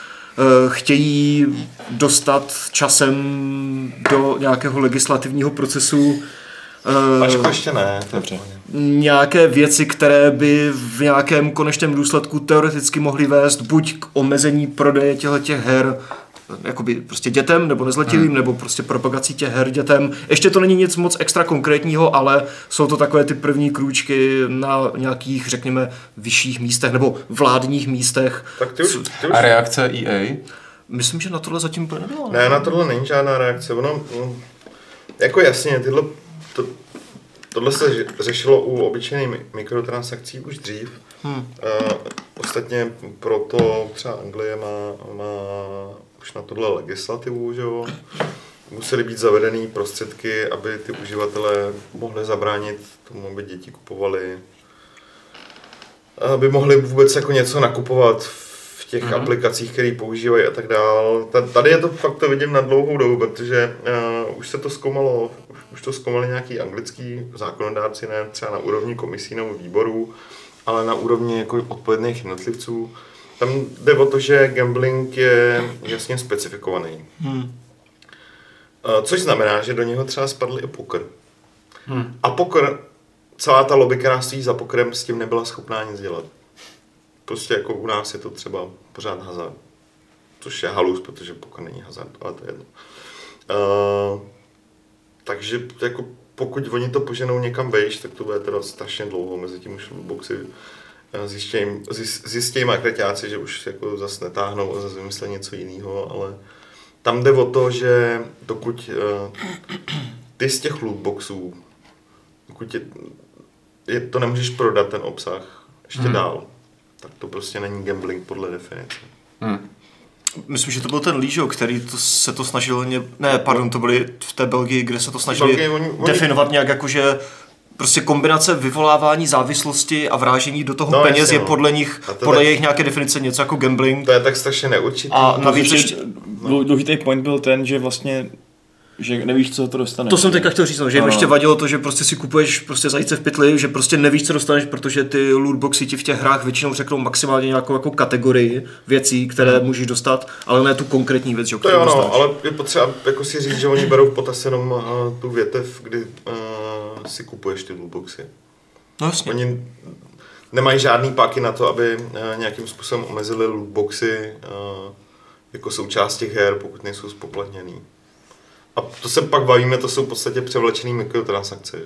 Speaker 3: chtějí dostat časem do nějakého legislativního procesu
Speaker 2: ještě ne.
Speaker 3: nějaké věci, které by v nějakém konečném důsledku teoreticky mohly vést buď k omezení prodeje těch her jakoby prostě dětem nebo nezletilým, nebo prostě propagací těch her dětem. Ještě to není nic moc extra konkrétního, ale jsou to takové ty první krůčky na nějakých, řekněme, vyšších místech nebo vládních místech.
Speaker 2: Tak ty už...
Speaker 1: A reakce EA?
Speaker 3: Myslím, že na tohle zatím nebylo.
Speaker 2: Ne, na tohle není žádná reakce. Ono, jako jasně, tohle se řešilo u obyčejných mikrotransakcí už dřív. Ostatně proto třeba Anglie má už na tohle legislativu, že jo. Musely být zavedený prostředky, aby ty uživatelé mohli zabránit tomu, aby děti kupovali, aby mohli vůbec jako něco nakupovat v těch aplikacích, které používají a tak dál. Tady je to fakt, to vidím na dlouhou dobu, protože už se to zkoumalo, už to zkoumali nějaký anglický zákonodárci, ne třeba na úrovni komisí nebo výborů, ale na úrovni jako odpovědných jednotlivců. Tam jde o to, že gambling je jasně specifikovaný. Což znamená, že do něho třeba spadl i poker. A poker, celá ta lobby, která stojí za pokerem, s tím nebyla schopná nic dělat. Prostě jako u nás je to třeba pořád hazard. Což je halus, protože poker není hazard, ale to je jedno. Takže jako pokud oni to poženou někam vejš, tak to bude teda strašně dlouho, mezi tím už lootboxy zjistějí marketáci, že už jako zase netáhnou a zase vymyslí něco jiného, ale tam jde o to, že dokud ty z těch lootboxů, dokud to nemůžeš prodat ten obsah ještě dál, tak to prostě není gambling podle definice.
Speaker 3: Myslím, že to byl ten Lee, který se to snažil, to byli v té Belgii, kde se to snažili definovat nějak jako, že prostě kombinace vyvolávání závislosti a vrážení do toho peněz je podle nich, podle jejich nějaké definice něco jako gambling.
Speaker 2: To je tak strašně neurčitý.
Speaker 3: A navíc ještě...
Speaker 4: Důležitý point byl ten, že vlastně že nevíš, co to dostaneš.
Speaker 3: To jsem teďka chtěl říct, že jim ještě vadilo to, že prostě si kupuješ prostě zajíce v pytli, že prostě nevíš, co dostaneš, protože ty lootboxy ti v těch hrách většinou řeknou maximálně nějakou jako kategorii věcí, které můžeš dostat, ale ne tu konkrétní věc, že
Speaker 2: kterou dostaneš. Ale je potřeba jako si říct, že oni berou v potaz jenom tu větev, kdy si kupuješ ty lootboxy.
Speaker 3: No jasně.
Speaker 2: Oni nemají žádný páky na to, aby nějakým způsobem omezili lootboxy jako součást těch her, pokud nejsou spoplatněný. A to se pak bavíme, to jsou v podstatě převlečený mikrotransakce.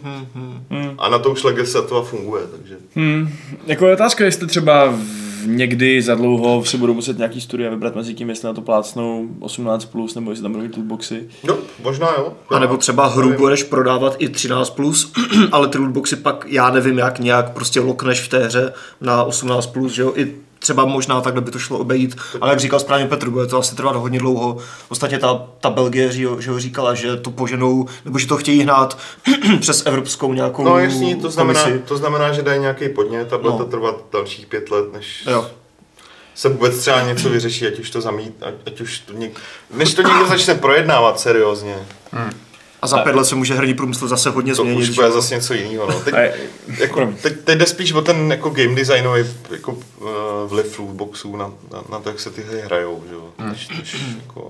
Speaker 2: A na to už legislativa funguje, takže...
Speaker 4: Jako je otázka, jestli třeba někdy za dlouho si budou muset nějaký studie vybrat mezi tím, jestli na to plácnou 18+, nebo jestli tam budou lootboxy.
Speaker 2: No, možná jo.
Speaker 3: A nebo třeba hru budeš prodávat i 13+, ale ty lootboxy pak, já nevím jak, nějak prostě lokneš v té hře na 18+, že jo, i třeba možná takhle by to šlo obejít, ale jak říkal správně Petr, bude to asi trvat hodně dlouho. Ostatně ta Belgie, že jo, říkala, že to poženou, nebo že to chtějí hnát přes evropskou nějakou
Speaker 2: No jasně,
Speaker 3: komisi.
Speaker 2: To znamená, že dají nějaký podnět a bude to trvat dalších 5 let, než se vůbec třeba něco vyřeší, ať už to ať už to než to někdo začne projednávat seriózně.
Speaker 3: A za 5 let se může herní průmysl zase hodně změnit.
Speaker 2: To už bude zase něco jiného. No. Teď jde spíš o ten jako game designový jako, vliv lootboxů na to, jak se ty hry hrajou. Že?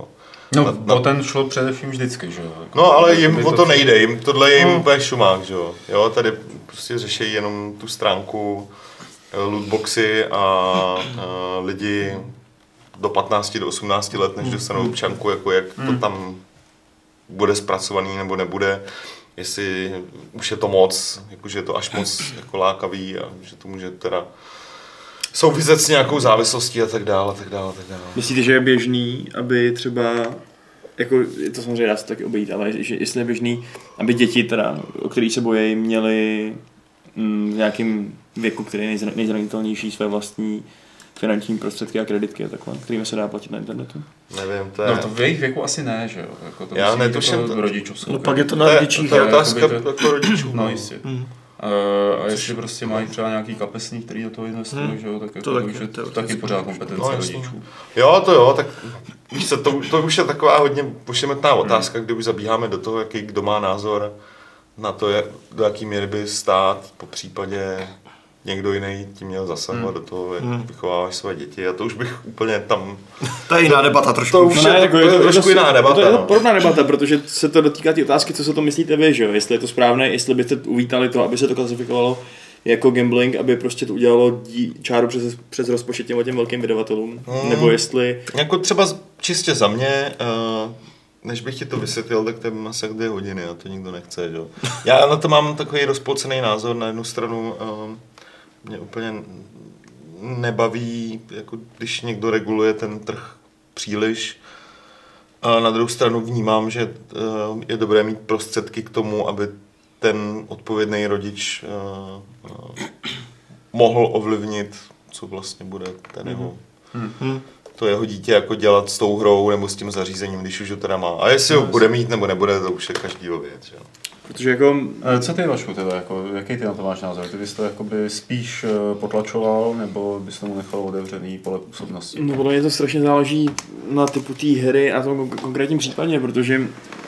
Speaker 1: O ten šlo především vždycky, že jo?
Speaker 2: No ale jim o to nejde, tohle je jim úplně šumák, že jo? Tady prostě řeší jenom tu stránku lootboxy a lidi do 15 do 18 let, než dostanou občanku, jako jak to tam bude zpracovaný nebo nebude, jestli už je to moc, jakože je to až moc jako lákavý a že to může teda souviset s nějakou závislostí a tak dále.
Speaker 4: Myslíte, že je běžný, aby třeba, jako je to samozřejmě dá se taky obejít, ale jestli je běžný, aby děti teda, o kterých se bojí, měly v nějakém věku, který je nejzranitelnější, své vlastní finanční prostředky a kreditky a takhle, kterými se dá platit na internetu?
Speaker 2: Nevím, to je...
Speaker 1: No to v jejich věku asi ne, že jo? Jako to
Speaker 2: já netuším
Speaker 1: to rodičovskou.
Speaker 3: No pak je to na rodičích.
Speaker 2: To je otázka jako rodičů.
Speaker 1: No jistě. A jestli prostě mají třeba nějaký kapesník, který do toho investují, že jo, tak jako to taky pořád kompetence rodičů.
Speaker 2: Jo, tak víš co, to už je taková hodně pošemetná otázka, kdy už zabíháme do toho, jaký kdo má názor na to, do jaký míry by stát, po případě někdo jiný tím měl zasahovat do toho, jak vychováváš své děti. A to už bych úplně tam...
Speaker 3: To je jiná debata trošku.
Speaker 2: To už je trošku jiná debata.
Speaker 4: Je to podobná debata, protože se to dotýká ty otázky, co se to myslíte vy, že jo? Jestli je to správné, jestli byste uvítali to, aby se to klasifikovalo jako gambling, aby prostě to udělalo čáru přes rozpočet těm velkým vydavatelům, nebo jestli...
Speaker 2: Jako třeba čistě za mě, než bych ti to vysvětlil, tak to je asi 2 hodiny a to nikdo nechce, že jo? Já na to mám takový rozpolcený názor. Na jednu stranu mě úplně nebaví, jako když někdo reguluje ten trh příliš. A na druhou stranu vnímám, že je dobré mít prostředky k tomu, aby ten odpovědný rodič mohl ovlivnit, co vlastně bude ten to jeho dítě jako dělat s tou hrou nebo s tím zařízením, když už ho teda má. A jestli ho bude mít nebo nebude, to už je každýho věc. Jo.
Speaker 4: Protože jako...
Speaker 1: Co ty, Vašku, teda, jako, jaký ty na to máš názor? Ty bys to jakoby spíš potlačoval, nebo bys tomu nechal otevřený pole působnosti?
Speaker 4: No podle mě to strašně záleží na typu té hry a tom konkrétním případě, protože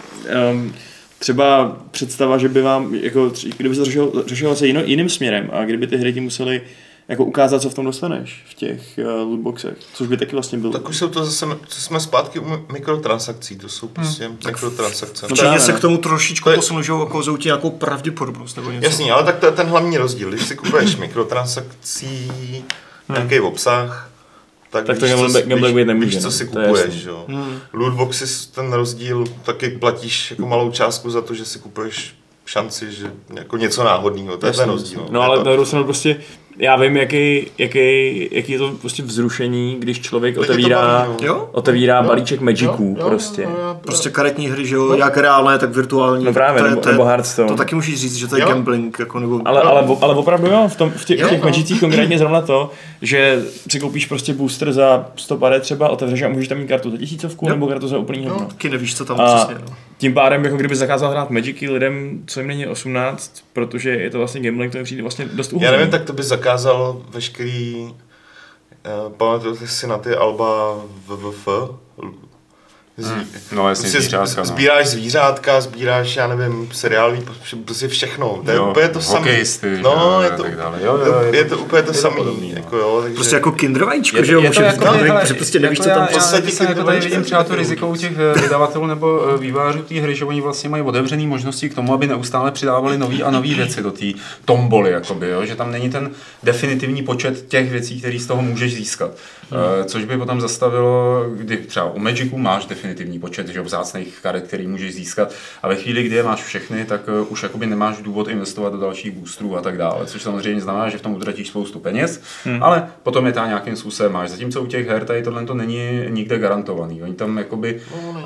Speaker 4: třeba představa, že by vám, jako, kdyby se to řešilo se jiným směrem a kdyby ty hry ti musely jako ukázat, co v tom dostaneš v těch lootboxech, což by taky vlastně bylo.
Speaker 2: Tak už jsou to zase, jsme zpátky u mikrotransakcí, to jsou prostě mikrotransakce.
Speaker 3: Určitě se k tomu trošičku posunu, že ukazují ti nějakou pravděpodobnost nebo něco.
Speaker 2: Jasně, ale tak to je ten hlavní rozdíl. Když si kupuješ mikrotransakcí, nějaký obsah, tak
Speaker 4: to
Speaker 2: víš, co si kupuješ. Jo. Lootboxy, ten rozdíl, taky platíš jako malou částku za to, že si kupuješ šanci, že jako něco náhodného, to je ten rozdíl.
Speaker 4: No ale na druhou stranu prostě, já vím, jaký je to prostě vzrušení, když člověk otevírá balíček Magiců prostě.
Speaker 3: Prostě karetní hry, že jo, jak reálné, tak virtuální.
Speaker 4: No právě, nebo Hearthstone.
Speaker 3: To taky musíš říct, že to je gambling. Jako, nebo...
Speaker 4: ale opravdu jo, v těch Magicích konkrétně zrovna to, že si koupíš prostě booster za 150 třeba, otevřeš a můžeš tam mít kartu za 1000 nebo kartu za úplný hovno.
Speaker 3: Taky nevíš, co tam přesně.
Speaker 4: Tím pádem, jako kdyby zakázal hrát Magicy lidem, co jim není 18, protože je to vlastně gambling, to mi přijde vlastně dost uhodný.
Speaker 2: Já nevím, tak to by zakázal veškerý, pamatujete si na ty alba WWF?
Speaker 1: No jasně, zvířátka,
Speaker 2: sbíráš zvířátka, sbíráš, já nevím, seriálový, prostě všechno. To je úplně to samé. No, je to úplně to samé. Takže...
Speaker 3: Prostě jako kindervajíčko, že jo? Že prostě nevíš, co tam
Speaker 1: podstatě tady vidím třeba to riziko u těch vydavatelů nebo vývojářů té hry, že oni vlastně mají otevřené možnosti k tomu, aby neustále přidávali nový a nový věci do té tomboly, jakoby, jo? Že tam není ten definitivní počet těch věcí, které z toho můžeš získat. Což by potom zastavilo, kdy třeba u Magicu máš definitivní počet, že vzácných karet, který můžeš získat, a ve chvíli, kdy je máš všechny, tak už jakoby nemáš důvod investovat do dalších boostrů a tak dále, což samozřejmě znamená, že v tom utratíš spoustu peněz, ale potom je tam nějakým způsobem máš. Zatímco u těch her tady tohle to není nikde garantovaný. Oni tam jakoby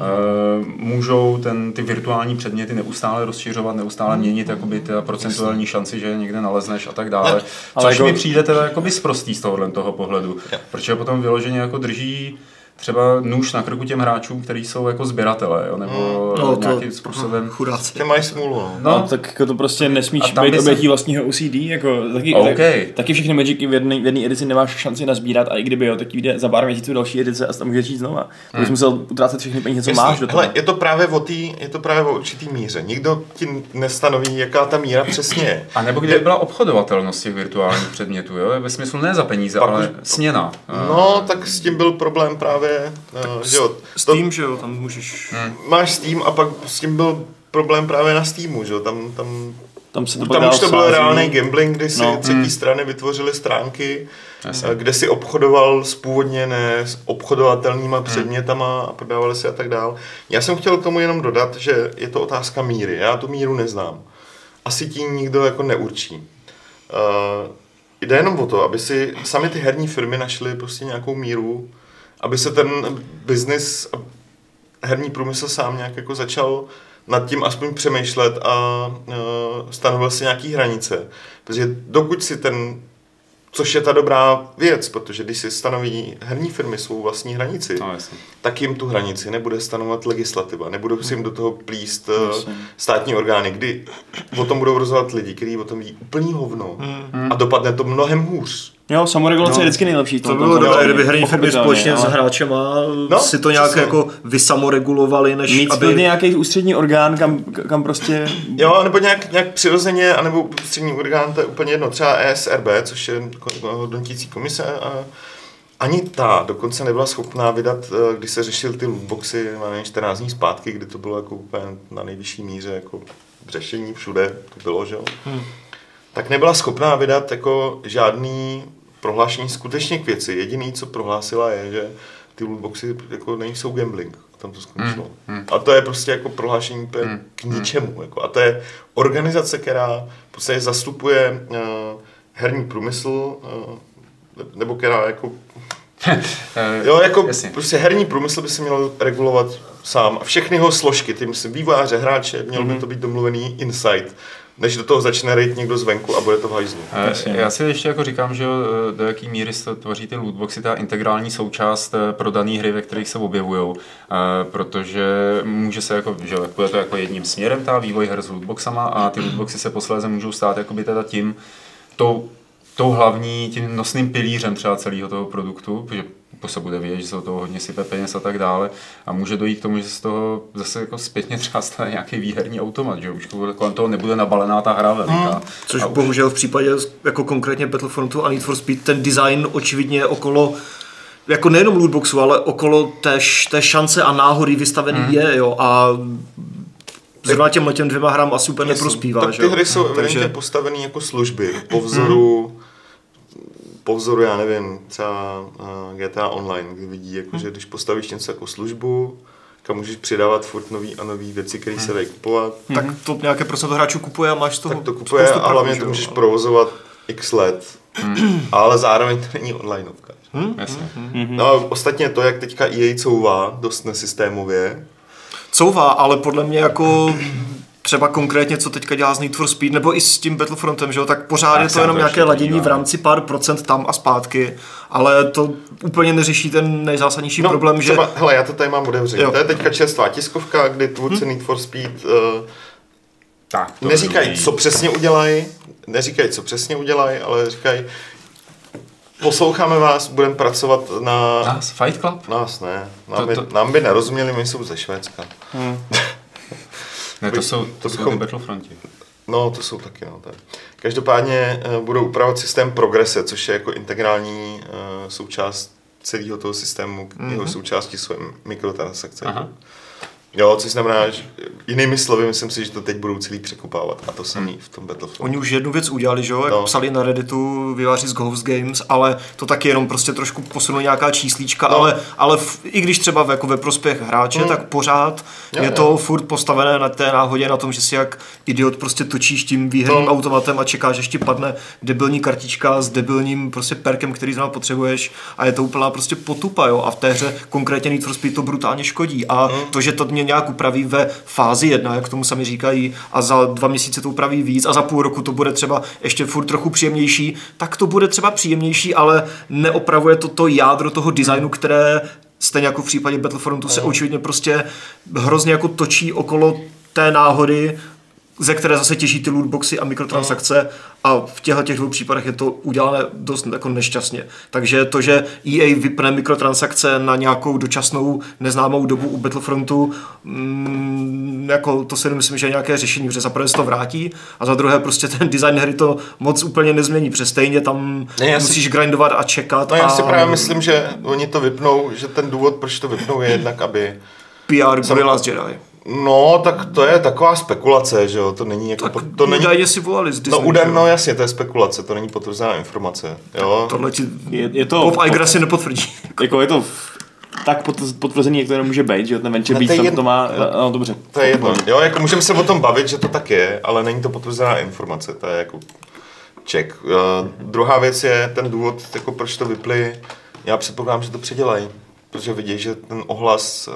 Speaker 1: můžou ty virtuální předměty neustále rozšiřovat, neustále měnit jakoby ta procentuální šanci, že je někde nalezneš a tak dále. Což mi přijde teda jakoby sprostý z toho pohledu, protože potom vyloženě jako drží třeba nůž na krku těm hráčům, kteří jsou jako sběratelé, jo, nebo nějakým způsobem.
Speaker 3: Chudáci.
Speaker 2: Ty mají smůlu.
Speaker 4: No, tak jako to prostě nesmíš být obětí vlastního OCD, jako taky všechny Magicy v jedné edici nemáš šanci nazbírat, a i kdyby jo, tak jde za pár měsíců další edice a tam můžeš jít znova. To bys musel utrácet všechny peníze, co máš do toho.
Speaker 2: Hele, je to právě o určitý míře. Nikdo ti nestanoví, jaká ta míra přesně je.
Speaker 1: A nebo kde byla obchodovatelnost těch virtuálních předmětů, jo? Ve smyslu ne za peníze, ale směna.
Speaker 2: No, tak s tím byl problém právě, že jo.
Speaker 3: Steam, že jo, tam můžeš...
Speaker 2: Máš Steam a pak s tím byl problém právě na Steamu, že jo, tam už to byl reálný gambling, kdy si třetí strany vytvořily stránky, kde si obchodoval s původně obchodovatelnýma předmětama a prodávali si a tak dál. Já jsem chtěl k tomu jenom dodat, že je to otázka míry. Já tu míru neznám. Asi ti nikdo jako neurčí. Jde jenom o to, aby si sami ty herní firmy našly prostě nějakou míru, aby se ten biznis a herní průmysl sám nějak jako začal nad tím aspoň přemýšlet a stanovil si nějaký hranice. Protože dokud si což je ta dobrá věc, protože když si stanoví herní firmy svou vlastní hranici, tak jim tu hranici nebude stanovat legislativa, nebudou si jim do toho plíst státní orgány, kdy o tom budou rozhodovat lidi, kteří o tom ví úplný hovno a dopadne to mnohem hůř.
Speaker 4: Jo, samoregulace je vždycky nejlepší.
Speaker 3: To bylo dobré, kdyby herní firmy společně s hráčema si to nějak jako vysamoregulovali, než
Speaker 4: mít
Speaker 3: aby...
Speaker 4: nějaký ústřední orgán, kam prostě...
Speaker 2: Jo, nebo nějak přirozeně, anebo ústřední orgán, to je úplně jedno. Třeba ESRB, což je hodnotící komise, a ani ta dokonce nebyla schopná vydat, když se řešil ty lootboxy, 14 dní zpátky, kdy to bylo jako úplně na nejvyšší míře jako řešení, všude to bylo, že jo. Tak nebyla schopná vydat jako žádný prohlášení skutečně k věci. Jediný, co prohlásila, je, že ty lootboxy jako nejsou gambling. Tam to skončilo. A to je prostě jako prohlášení k ničemu. Jako. A to je organizace, která v podstatě zastupuje herní průmysl, nebo která jako... jo, jako prostě herní průmysl by se měl regulovat sám. A všechny jeho složky, ty myslím vývojáře, hráče, měl by to být domluvený inside, než do toho začne rejt někdo zvenku a bude to v hajzlu.
Speaker 1: Já si ještě jako říkám, že do jaký míry se tvoří ty lootboxy, ta integrální součást pro dané hry, ve kterých se objevujou, protože může se jako, že bude to jako jedním směrem ta vývoj her s lootboxama a ty lootboxy se posléze můžou stát jakoby teda tou hlavní, tím nosným pilířem třeba celého toho produktu, protože se bude vědět, že se do toho hodně sype peněz a tak dále a může dojít k tomu, že se z toho zase jako zpětně třeba stane nějaký výherní automat, že už kolem toho nebude nabalená ta hra veliká.
Speaker 3: Což bohužel v případě jako konkrétně Battlefrontu a Need for Speed ten design očividně okolo jako nejenom lootboxu, ale okolo té šance a náhody vystavený je, jo, a zrovna těm dvěma hrám asi úplně neprospívá.
Speaker 2: Tak ty hry jsou evidentně postavený jako služby, po vzoru, já nevím, třeba GTA Online, kdy vidí, jako, že když postavíš něco jako službu, kam můžeš přidávat furt nový a nový věci, které se dají kupovat.
Speaker 3: Tak to nějaké procento hráčů kupuje a máš z toho
Speaker 2: tak to kupuje a hlavně to můžeš provozovat x let, ale zároveň to není onlineovka. No a ostatně to, jak teďka EA couvá dost nesystémově.
Speaker 3: Couvá, ale podle mě jako... třeba konkrétně, co teďka dělá z Need for Speed, nebo i s tím Battlefrontem, že jo, tak pořád je to jenom nějaké ladění v rámci pár procent tam a zpátky, ale to úplně neřeší ten nejzásadnější problém,
Speaker 2: třeba, že... Hele, já to tady mám otevřený. To je teďka čerstvá tiskovka, kdy tvůrci Need for Speed neříkají, co přesně udělají, ale říkají, posloucháme vás, budeme pracovat na...
Speaker 1: Nás, Fight Club?
Speaker 2: Nás ne, nám by nerozuměli, my jsou ze Švédska.
Speaker 1: Ne, to jsou ty Battlefronti.
Speaker 2: No, to jsou taky, no. Tak. Každopádně budou upravovat systém progrese, což je jako integrální součást celého toho systému, jeho součástí jsou mikrotransakce. Aha. Jo, což znamená, že jinými slovy, myslím si, že to teď budou celý překopávat a to samý v tom Battlefrontu.
Speaker 3: Oni už jednu věc udělali, že jo, jak psali na Redditu vývojáři z Ghost Games, ale to taky jenom prostě trošku posunuli nějaká číslíčka, ale i když třeba jako ve prospěch hráče, tak pořád je to furt postavené na té náhodě, na tom, že si jak idiot prostě točíš tím výherním automatem a čekáš, že ti padne debilní kartička s debilním prostě perkem, který zrovna potřebuješ a je to úplná prostě potupa, jo, a v té hře konkrétně Need for Speed to brutálně škodí a to, že to mě nějak upraví ve fázi 1, jak tomu sami říkají, a za 2 měsíce to upraví víc a za půl roku to bude třeba ještě furt trochu příjemnější, tak to bude třeba příjemnější, ale neopravuje to jádro toho designu, které stejně jako v případě Battlefrontu se očividně prostě hrozně jako točí okolo té náhody, ze které zase těží ty lootboxy a mikrotransakce a v těchto dvou případech je to udělané dost jako nešťastně. Takže to, že EA vypne mikrotransakce na nějakou dočasnou neznámou dobu u Battlefrontu, jako to si nemyslím, že je nějaké řešení, protože za prvé se to vrátí a za druhé prostě ten design hry to moc úplně nezmění, protože stejně tam musíš grindovat a čekat.
Speaker 2: No já si právě myslím, že oni to vypnou, že ten důvod, proč to vypnou, je jednak, aby...
Speaker 3: PR Gorillaz Jedi.
Speaker 2: No, tak to je taková spekulace, že jo, to není jako...
Speaker 3: Tak
Speaker 2: to není...
Speaker 3: údajně si volali z Disney.
Speaker 2: No jasně, to je spekulace, to není potvrzená informace, jo.
Speaker 3: Tohle ti
Speaker 4: je to...
Speaker 3: Bob Iger si nepotvrdí.
Speaker 4: Jako je to tak potvrzený, jak to nemůže být, že ten Venture Beat to má... No dobře.
Speaker 2: To je jedno, jo, jako můžeme se o tom bavit, že to tak je, ale není to potvrzená informace, to je jako check. Druhá věc je ten důvod, jako proč to vypli, já předpokládám, že to předělají, protože vidí, že ten ohlas...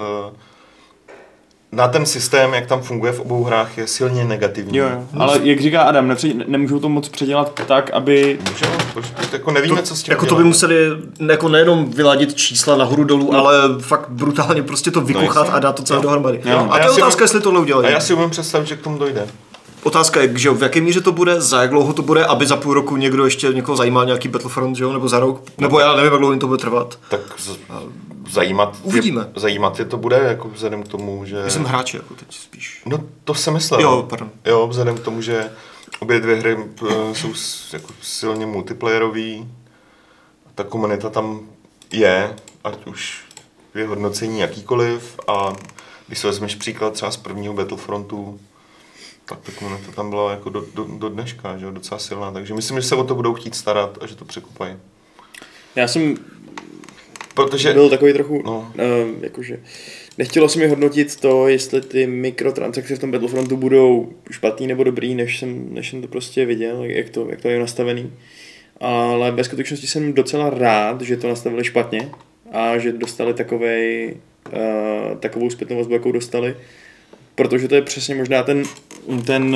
Speaker 2: na ten systém, jak tam funguje v obou hrách, je silně negativní.
Speaker 4: Jo. Ale jak říká Adam, nemůžou to moc předělat tak, aby...
Speaker 2: Můžeme, jako nevíme, co s tím
Speaker 3: jako
Speaker 2: dělat.
Speaker 3: to by museli jako nejenom vyladit čísla nahoru dolů, ale fakt brutálně prostě to vykochat a dát to celé dohromady. A to je otázka, jestli tohle udělají.
Speaker 2: A já si umím představit, že k tomu dojde.
Speaker 3: Otázka je, že v jaké míře to bude, za jak dlouho to bude, aby za půl roku někdo ještě někoho zajímal nějaký Battlefront, že jo, nebo za rok, nebo já nevím, jak dlouho jim to bude trvat.
Speaker 2: Tak zajímat je to bude, jako vzhledem k tomu, že...
Speaker 3: Já jsem hráč, jako teď spíš.
Speaker 2: No to jsem myslel.
Speaker 3: Jo, pardon.
Speaker 2: Jo, vzhledem k tomu, že obě dvě hry jsou jako silně multiplayerový, ta komunita tam je, ať už je hodnocení jakýkoliv a když si vezmeš příklad třeba z prvního Battlefrontu, tak ta komunita tam byla jako do dneška, že jo, docela silná, takže myslím, že se o to budou chtít starat a že to překupají.
Speaker 4: Já jsem byl takový trochu, jakože nechtělo se mi hodnotit to, jestli ty mikrotransakce v tom Battlefrontu budou špatný nebo dobrý, než jsem to prostě viděl, jak to je nastavený. Ale ve skutečnosti jsem docela rád, že to nastavili špatně a že dostali takovou zpětnou vazbu, jakou dostali. Protože to je přesně možná ten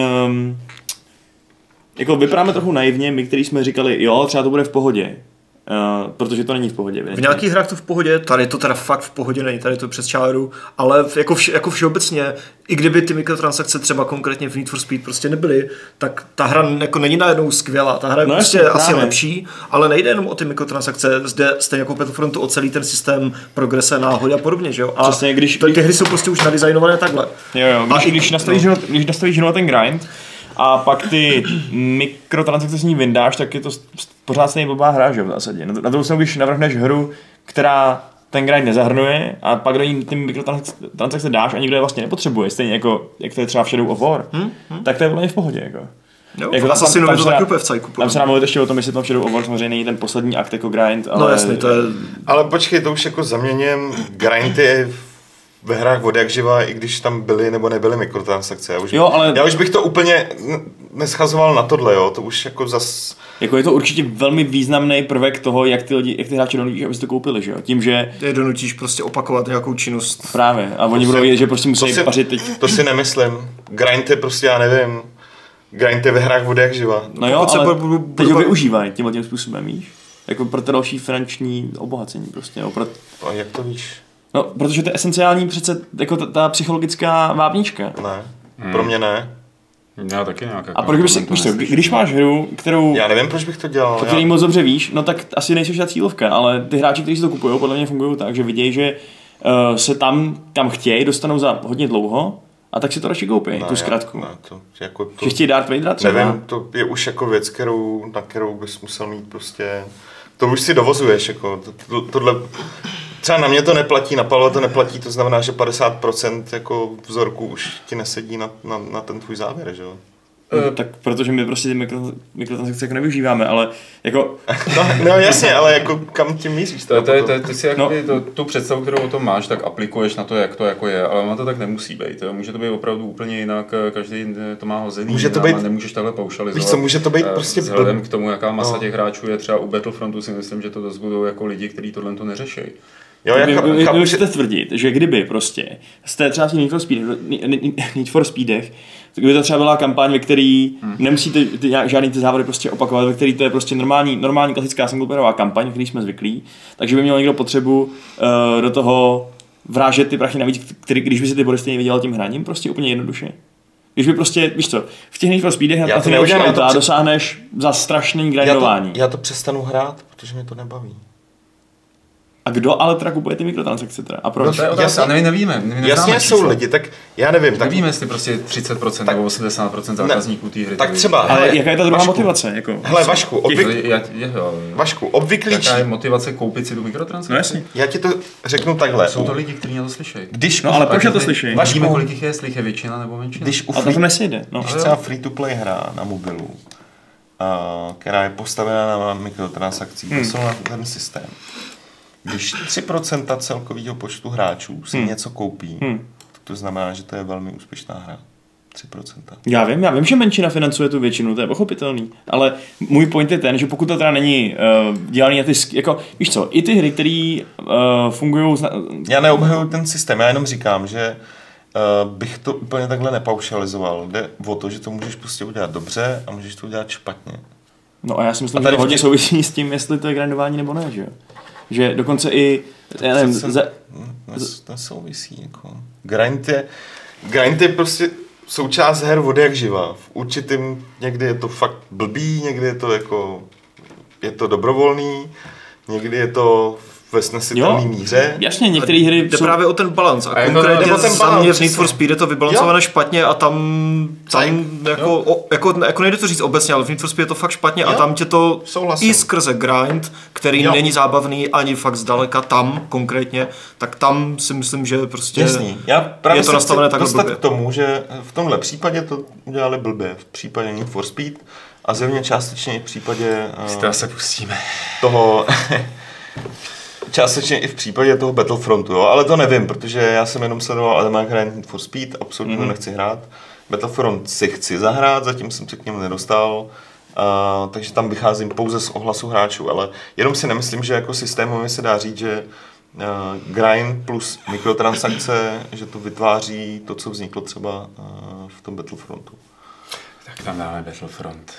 Speaker 4: jako vypadáme trochu naivně, my, který jsme říkali, jo, třeba to bude v pohodě, protože to není v pohodě.
Speaker 3: V nějakých hrách to v pohodě, tady to teda fakt v pohodě není, tady to přes čáru, ale jako všeobecně, i kdyby ty mikrotransakce třeba konkrétně v Need for Speed prostě nebyly, tak ta hra jako není najednou skvělá, ta hra je prostě asi lepší, ale nejde jenom o ty mikrotransakce, zde stejně jako Battlefrontu o celý ten systém progrese, náhody a podobně, že jo? A přesně, ty hry jsou prostě už nadizajnované takhle.
Speaker 4: Jo, když nastavíš na ten grind, a pak ty mikrotransakce s ní vyndáš, tak je to pořád stejně blbá hra, že v zásadě. Na druhou stranu, když navrhneš hru, která ten grind nezahrnuje a pak do ní ty mikrotransakce dáš a nikdo je vlastně nepotřebuje, stejně jako jak to je třeba v Shadow of War, tak to je vlastně v pohodě.
Speaker 3: Jako v Assassinovi to taky úplně v cajku.
Speaker 4: Tam se nám mluvit ještě o tom, jestli tam v Shadow of War samozřejmě není ten poslední akt jako grind. Ale...
Speaker 3: No jasně, to je...
Speaker 2: Ale počkej, to už jako zaměněm, grind je ve hrách od jak živa, i když tam byly nebo nebyly mikrotransakce. Já už bych to úplně neschazoval na tohle, jo, to už jako zas...
Speaker 4: Jako je to určitě velmi významný prvek toho, jak ty hráči donutíš, aby si to koupili, že jo? Tím, že...
Speaker 3: Ty donutíš prostě opakovat nějakou činnost.
Speaker 4: Právě, a oni budou vědět, že prostě musí pařit teď.
Speaker 2: To si nemyslím. Grind je prostě, já nevím, grind je ve hrách od jak živa.
Speaker 4: No jo, ale teď ho využívají tím způsobem, víš? Jako pro to další finanční obohacení prostě, jo?
Speaker 2: A jak to víš?
Speaker 4: No, protože to je esenciální přece jako ta psychologická vábnička.
Speaker 2: Ne, pro mě ne.
Speaker 1: Já taky nějak.
Speaker 4: A proč bys, když máš hru, kterou...
Speaker 2: Já nevím, proč bych to dělal.
Speaker 4: O který moc dobře víš, no tak asi nejseš ta cílovka, ale ty hráči, kteří si to kupují, podle mě fungují tak, že vidějí, že se tam, kam chtějí, dostanou za hodně dlouho a tak si to radši koupí, tu zkratku. Že chtějí Darth Vadera třeba.
Speaker 2: Nevím, to je už jako věc, na kterou bys musel mít prostě... To už si dovozuješ, jako tohle... Třeba na mě to neplatí, na Pavla to neplatí, to znamená, že 50% jako vzorku už ti nesedí na ten tvůj závěr, že jo?
Speaker 4: Tak protože my prostě ty mikrotransakce jako nevyužíváme, ale jako...
Speaker 2: No jasně, ale jako kam tím míříš?
Speaker 1: Ty si tu představu, kterou o tom máš, tak aplikuješ na to, jak to jako je, ale ono to tak nemusí být. Jo? Může to být opravdu úplně jinak, každý to má hozený,
Speaker 2: může to být,
Speaker 1: nemůžeš takhle paušalizovat.
Speaker 2: Víš co, může to být prostě...
Speaker 1: Vzhledem k tomu, jaká masa těch hráčů je třeba u Battlefrontu, si myslím, že to dost budou jako lidi, kteří tohle to neřeší.
Speaker 4: Jo, vy můžete tvrdit, že kdyby prostě jste třeba v Need for Speedech, kdyby to třeba byla kampaň, ve který nemusíte žádný ty závody prostě opakovat, ve který to je prostě normální klasická singleplayerová kampaň, který jsme zvyklí, takže by měl někdo potřebu do toho vrážet ty prachy navíc, když by si ty body stejně vydělal tím hraním, prostě úplně jednoduše. Když by prostě, víš co, v těch Need for Speedech na ty nejlepší auta dosáhneš za strašný grindování.
Speaker 2: Já to přestanu hrát, protože mě to nebaví.
Speaker 4: A kdo ale teda kupuje ty mikrotransakce teda? A proč?
Speaker 1: No to je otázka, nevíme.
Speaker 2: Jasně jsou lidi, tak já nevím. Tak...
Speaker 1: Nevíme, jestli prostě 30% nebo 80% zákazníků té hry.
Speaker 2: Tak třeba.
Speaker 4: Ale jaká je ta druhá motivace? Jako,
Speaker 2: hele, Vašku, obvyklý...
Speaker 1: Jaká je motivace koupit si tu mikrotransakci?
Speaker 4: No jasně.
Speaker 2: Já ti to řeknu takhle.
Speaker 1: Jsou to lidi, kteří mě to slyšejí.
Speaker 4: No ale proč to slyšejí?
Speaker 1: Vašku, kolik jich je, jestli jich je většina nebo menšina.
Speaker 4: A to nesejde.
Speaker 2: Když třeba free-to-play hra na mobilu, která je postavená na mikrotransakcích, to jsou na ten systém. Když 3% celkového počtu hráčů si něco koupí, to znamená, že to je velmi úspěšná hra. 3%.
Speaker 4: Já vím, že menšina financuje tu většinu, to je pochopitelný, ale můj point je ten, že pokud to teda není dělaný na ty, jako, víš co, i ty hry, které fungují...
Speaker 2: Já neobhajuji ten systém, já jenom říkám, že bych to úplně takhle nepaušalizoval. Jde o to, že to můžeš prostě udělat dobře a můžeš to udělat špatně.
Speaker 4: No a já si myslím, že to hodně souvisí s tím, jestli to je grindování nebo ne, že jo? Že dokonce i... Já nevím,
Speaker 2: to souvisí, jako... Grind je prostě součást her vody jak živa. V určitým někdy je to fakt blbý, někdy je to jako... Je to dobrovolný, někdy je to ve snesitelné míře.
Speaker 4: Jasně, některé hry
Speaker 3: jde právě o ten balans. A konkrétně za mě v Need for Speed je to vybalancované špatně a tam jako nejde to říct obecně, ale v Need for Speed je to fakt špatně a tam tě to i skrze grind, který není zábavný ani fakt zdaleka tam konkrétně, tak tam si myslím, že prostě je to nastavené takhle blbě.
Speaker 2: K tomu, že v tomhle případě to udělali blbě, v případě Need for Speed a zjevně částečně i v případě
Speaker 1: se pustíme.
Speaker 2: Toho... Částečně i v případě toho Battlefrontu, jo? Ale to nevím, protože já jsem jenom sledoval Adama Need for Speed, absolutně nechci hrát. Battlefront si chci zahrát, zatím jsem se k němu nedostal, takže tam vycházím pouze z ohlasu hráčů, ale jenom si nemyslím, že jako systémově se dá říct, že grind plus mikrotransakce, že to vytváří to, co vzniklo třeba v tom Battlefrontu.
Speaker 1: Tak tam dáme Battlefront.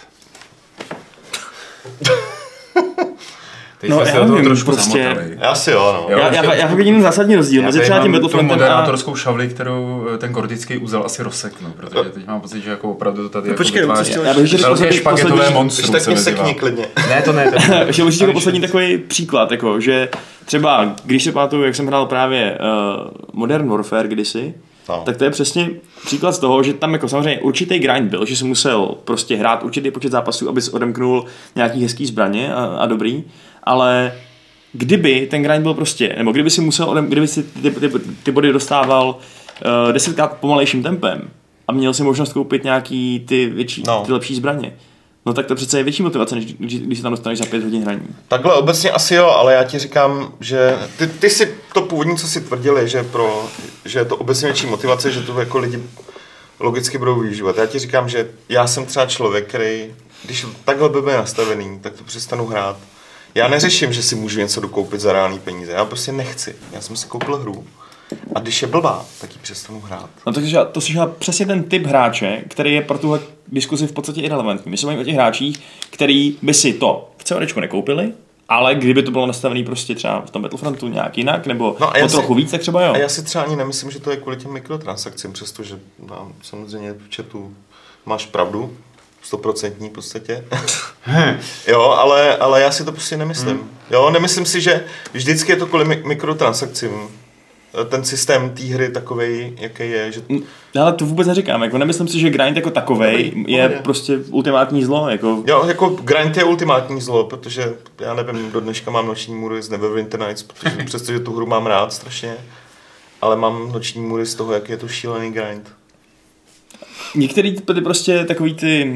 Speaker 4: No já nevím, prostě...
Speaker 2: Asi jo, no.
Speaker 4: Já fakt vidím zásadní rozdíl mezi třeba tím Battlefrontem a...
Speaker 1: moderátorskou šavli, kterou ten gordický úzel asi rozseknu, protože teď mám pocit, že jako opravdu to tady jako vytváří velké špagetové monstrum.
Speaker 2: Tak mě sekni klidně.
Speaker 1: Ne, to ne.
Speaker 4: Ještě musíš jako poslední takový příklad, jako, že třeba, když se pamatuju, jak jsem hrál právě Modern Warfare kdysi, tak to je přesně příklad z toho, že tam jako samozřejmě určitý grind byl, že si musel prostě hrát určitý počet zápasů, abys odemknul nějaký hezký zbraně a dobrý, ale kdyby ten grind byl prostě, nebo kdyby si musel, kdyby si ty body dostával 10krát pomalejším tempem a měl si možnost koupit nějaký ty lepší zbraně, no tak to přece je větší motivace, než když se tam dostaneš za 5 hodin hraní.
Speaker 2: Takhle obecně asi jo, ale já ti říkám, že ty si to původní, co si tvrdili, že je to obecně větší motivace, že to jako lidi logicky budou využívat. Já ti říkám, že já jsem třeba člověk, který, když takhle by byl nastavený, tak to přestanu hrát. Já neřeším, že si můžu něco dokoupit za reální peníze. Já prostě nechci. Já jsem si koupil hru. A když je blbá, tak ji přestanu hrát.
Speaker 4: No takže to jsi přesně ten typ hráče, který je pro tuhle diskuzi v podstatě irelevantní. My se bavíme o těch hráčích, který by si to v CODčku nekoupili, ale kdyby to bylo nastavené prostě třeba v tom Battlefrontu nějak jinak, nebo o trochu víc, tak třeba jo.
Speaker 2: A já si třeba ani nemyslím, že to je kvůli těm mikrotransakcím, přestože samozřejmě v chatu máš pravdu, 100% v podstatě. Jo, ale já si to prostě nemyslím. Jo, nemyslím si, že vždycky je to kvůli mikrotransakcím. Ten systém té hry takovej, jaký je. Že...
Speaker 4: Ale to vůbec neříkám, jako nemyslím si, že grind jako takovej je prostě ultimátní zlo. Jako...
Speaker 2: Jo, jako grind je ultimátní zlo, protože já nevím, do dneška mám noční můry z Neverwinter Nights, přestože tu hru mám rád strašně, ale mám noční můry z toho, jak je to šílený grind.
Speaker 4: Některý ty prostě takový ty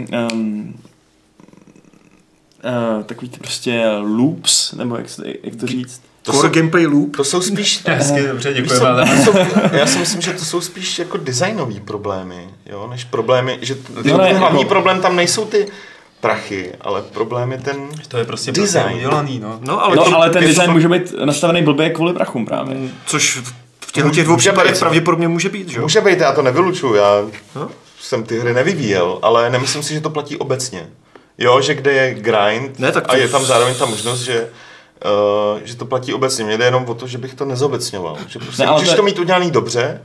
Speaker 4: prostě loops, nebo jak to říct?
Speaker 3: Core gameplay loop.
Speaker 2: To jsou spíš...
Speaker 1: Dobře, děkujeme.
Speaker 2: Já si myslím, že to jsou spíš jako designový problémy, jo, než problémy, že hlavní problém tam nejsou ty prachy, ale problém je ten
Speaker 1: to je prostě
Speaker 2: design
Speaker 1: udělaný, no.
Speaker 4: Ale ten design může být nastavený blbě kvůli prachům právě.
Speaker 3: Což v těch dvou případech pravděpodobně může být, že?
Speaker 2: Může být, já to nevylučuju, já jsem ty hry nevyvíjel, ale nemyslím si, že to platí obecně. Jo, že kde je grind a je tam zároveň ta možnost, že to platí obecně. Mně jde jenom o to, že bych to nezobecňoval. Že prostě můžeš to mít udělaný dobře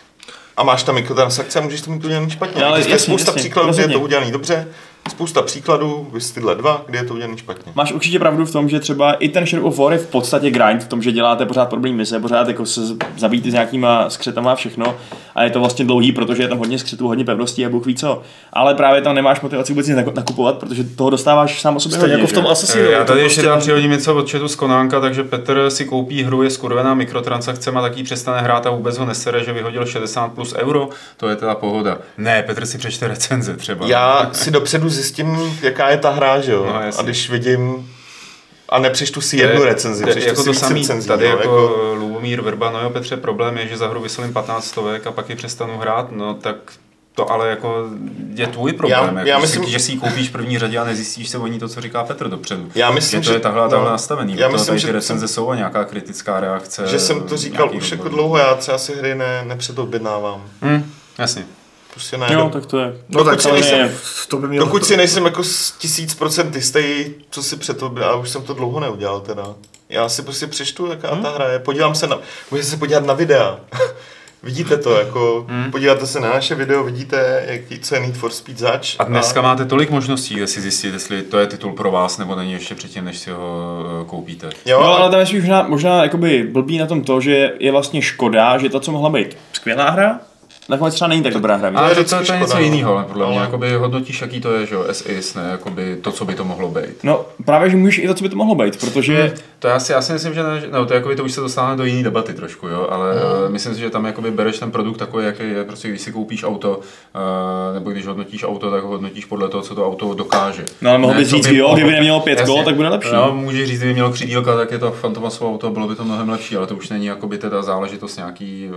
Speaker 2: a máš tam mikrotransakce a můžeš to mít udělaný špatně. Je spousta příkladů, kde je to udělaný dobře, spousta příkladů, vy tyhle dva, kde je to udělaný špatně.
Speaker 4: Máš určitě pravdu v tom, že třeba i ten Shadow of War je v podstatě grind v tom, že děláte pořád problém mise, pořád jako se zabíjíte s nějakýma skřetama a všechno a je to vlastně dlouhý, protože je tam hodně skřetů, hodně pevností a Bůh ví co. Ale právě tam nemáš motivaci vůbec nic nakupovat, protože toho dostáváš sám o sobě hodně.
Speaker 3: Jako v tom Assassinu.
Speaker 1: Já tady ještě dám přihodím něco od chatu z Konánka, takže Petr si koupí hru, je skurvená mikrotransakcemi a taky přestane hrát a vůbec ho nesere, že vyhodil 60 plus euro. To je teda pohoda. Ne, Petr si přečte recenze třeba.
Speaker 2: Já si dopředu zjistím, jaká je ta hra, že jo? No, a když vidím a nepřečtu si jednu recenzi, přečtu
Speaker 1: jako
Speaker 2: si víc recenzí.
Speaker 1: Tady jako Lubomír Vrba, no jo Petře, problém je, že za hru vysilím 15 stovek a pak ji přestanu hrát, no tak to ale jako je tvůj problém, já myslím, že si ji koupíš v první řadě a nezjistíš se o ní to, co říká Petr dopředu.
Speaker 2: Já myslím,
Speaker 1: že to je takhle nastavený,
Speaker 2: já myslím,
Speaker 1: že ty recenze jsou a nějaká kritická reakce.
Speaker 2: Že jsem to říkal už jako dlouho, já třeba si hry nepředobjednávám.
Speaker 1: Jasně.
Speaker 2: Prostě ne.
Speaker 4: Jo, tak to je.
Speaker 3: No tak
Speaker 2: dokud si nejsem jako 1000% jistý, co si předobjednám, já už jsem to dlouho neudělal teda. Já si prostě přečtu, jaká ta hra je, můžete se podívat na videa. Vidíte to, jako podíváte se na naše video, vidíte, co je Need for Speed zač.
Speaker 1: A dneska máte tolik možností, kde si zjistit, jestli to je titul pro vás, nebo není ještě předtím, než si ho koupíte.
Speaker 4: Jo, no, ale tam je možná jakoby blbý na tom to, že je vlastně škoda, že to, co mohla být skvělá hra, nakonec třeba není tak dobrá hra.
Speaker 1: Ale to je něco jiného, podle mě. Jakoby hodnotíš, jaký to je, že jo, as-is, ne jakoby to, co by to mohlo být.
Speaker 4: No, právě, že můžeš i to, co by to mohlo být, protože...
Speaker 1: To já si myslím, že ne, no, to, jakoby, to už se dostane do jiné debaty trošku, jo, ale myslím si, že tam jakoby bereš ten produkt takový, jaký je, prostě když si koupíš auto, nebo když hodnotíš auto, tak ho hodnotíš podle toho, co to auto dokáže.
Speaker 4: No, ale mohl bys říct, jo, kdyby nemělo 5 kol, tak bude lepší.
Speaker 1: No, můžeš říct, kdyby mělo křídílka, tak je to fantomasovo auto, bylo by to mnohem lepší, ale to už není jakoby teda záležitost nějaký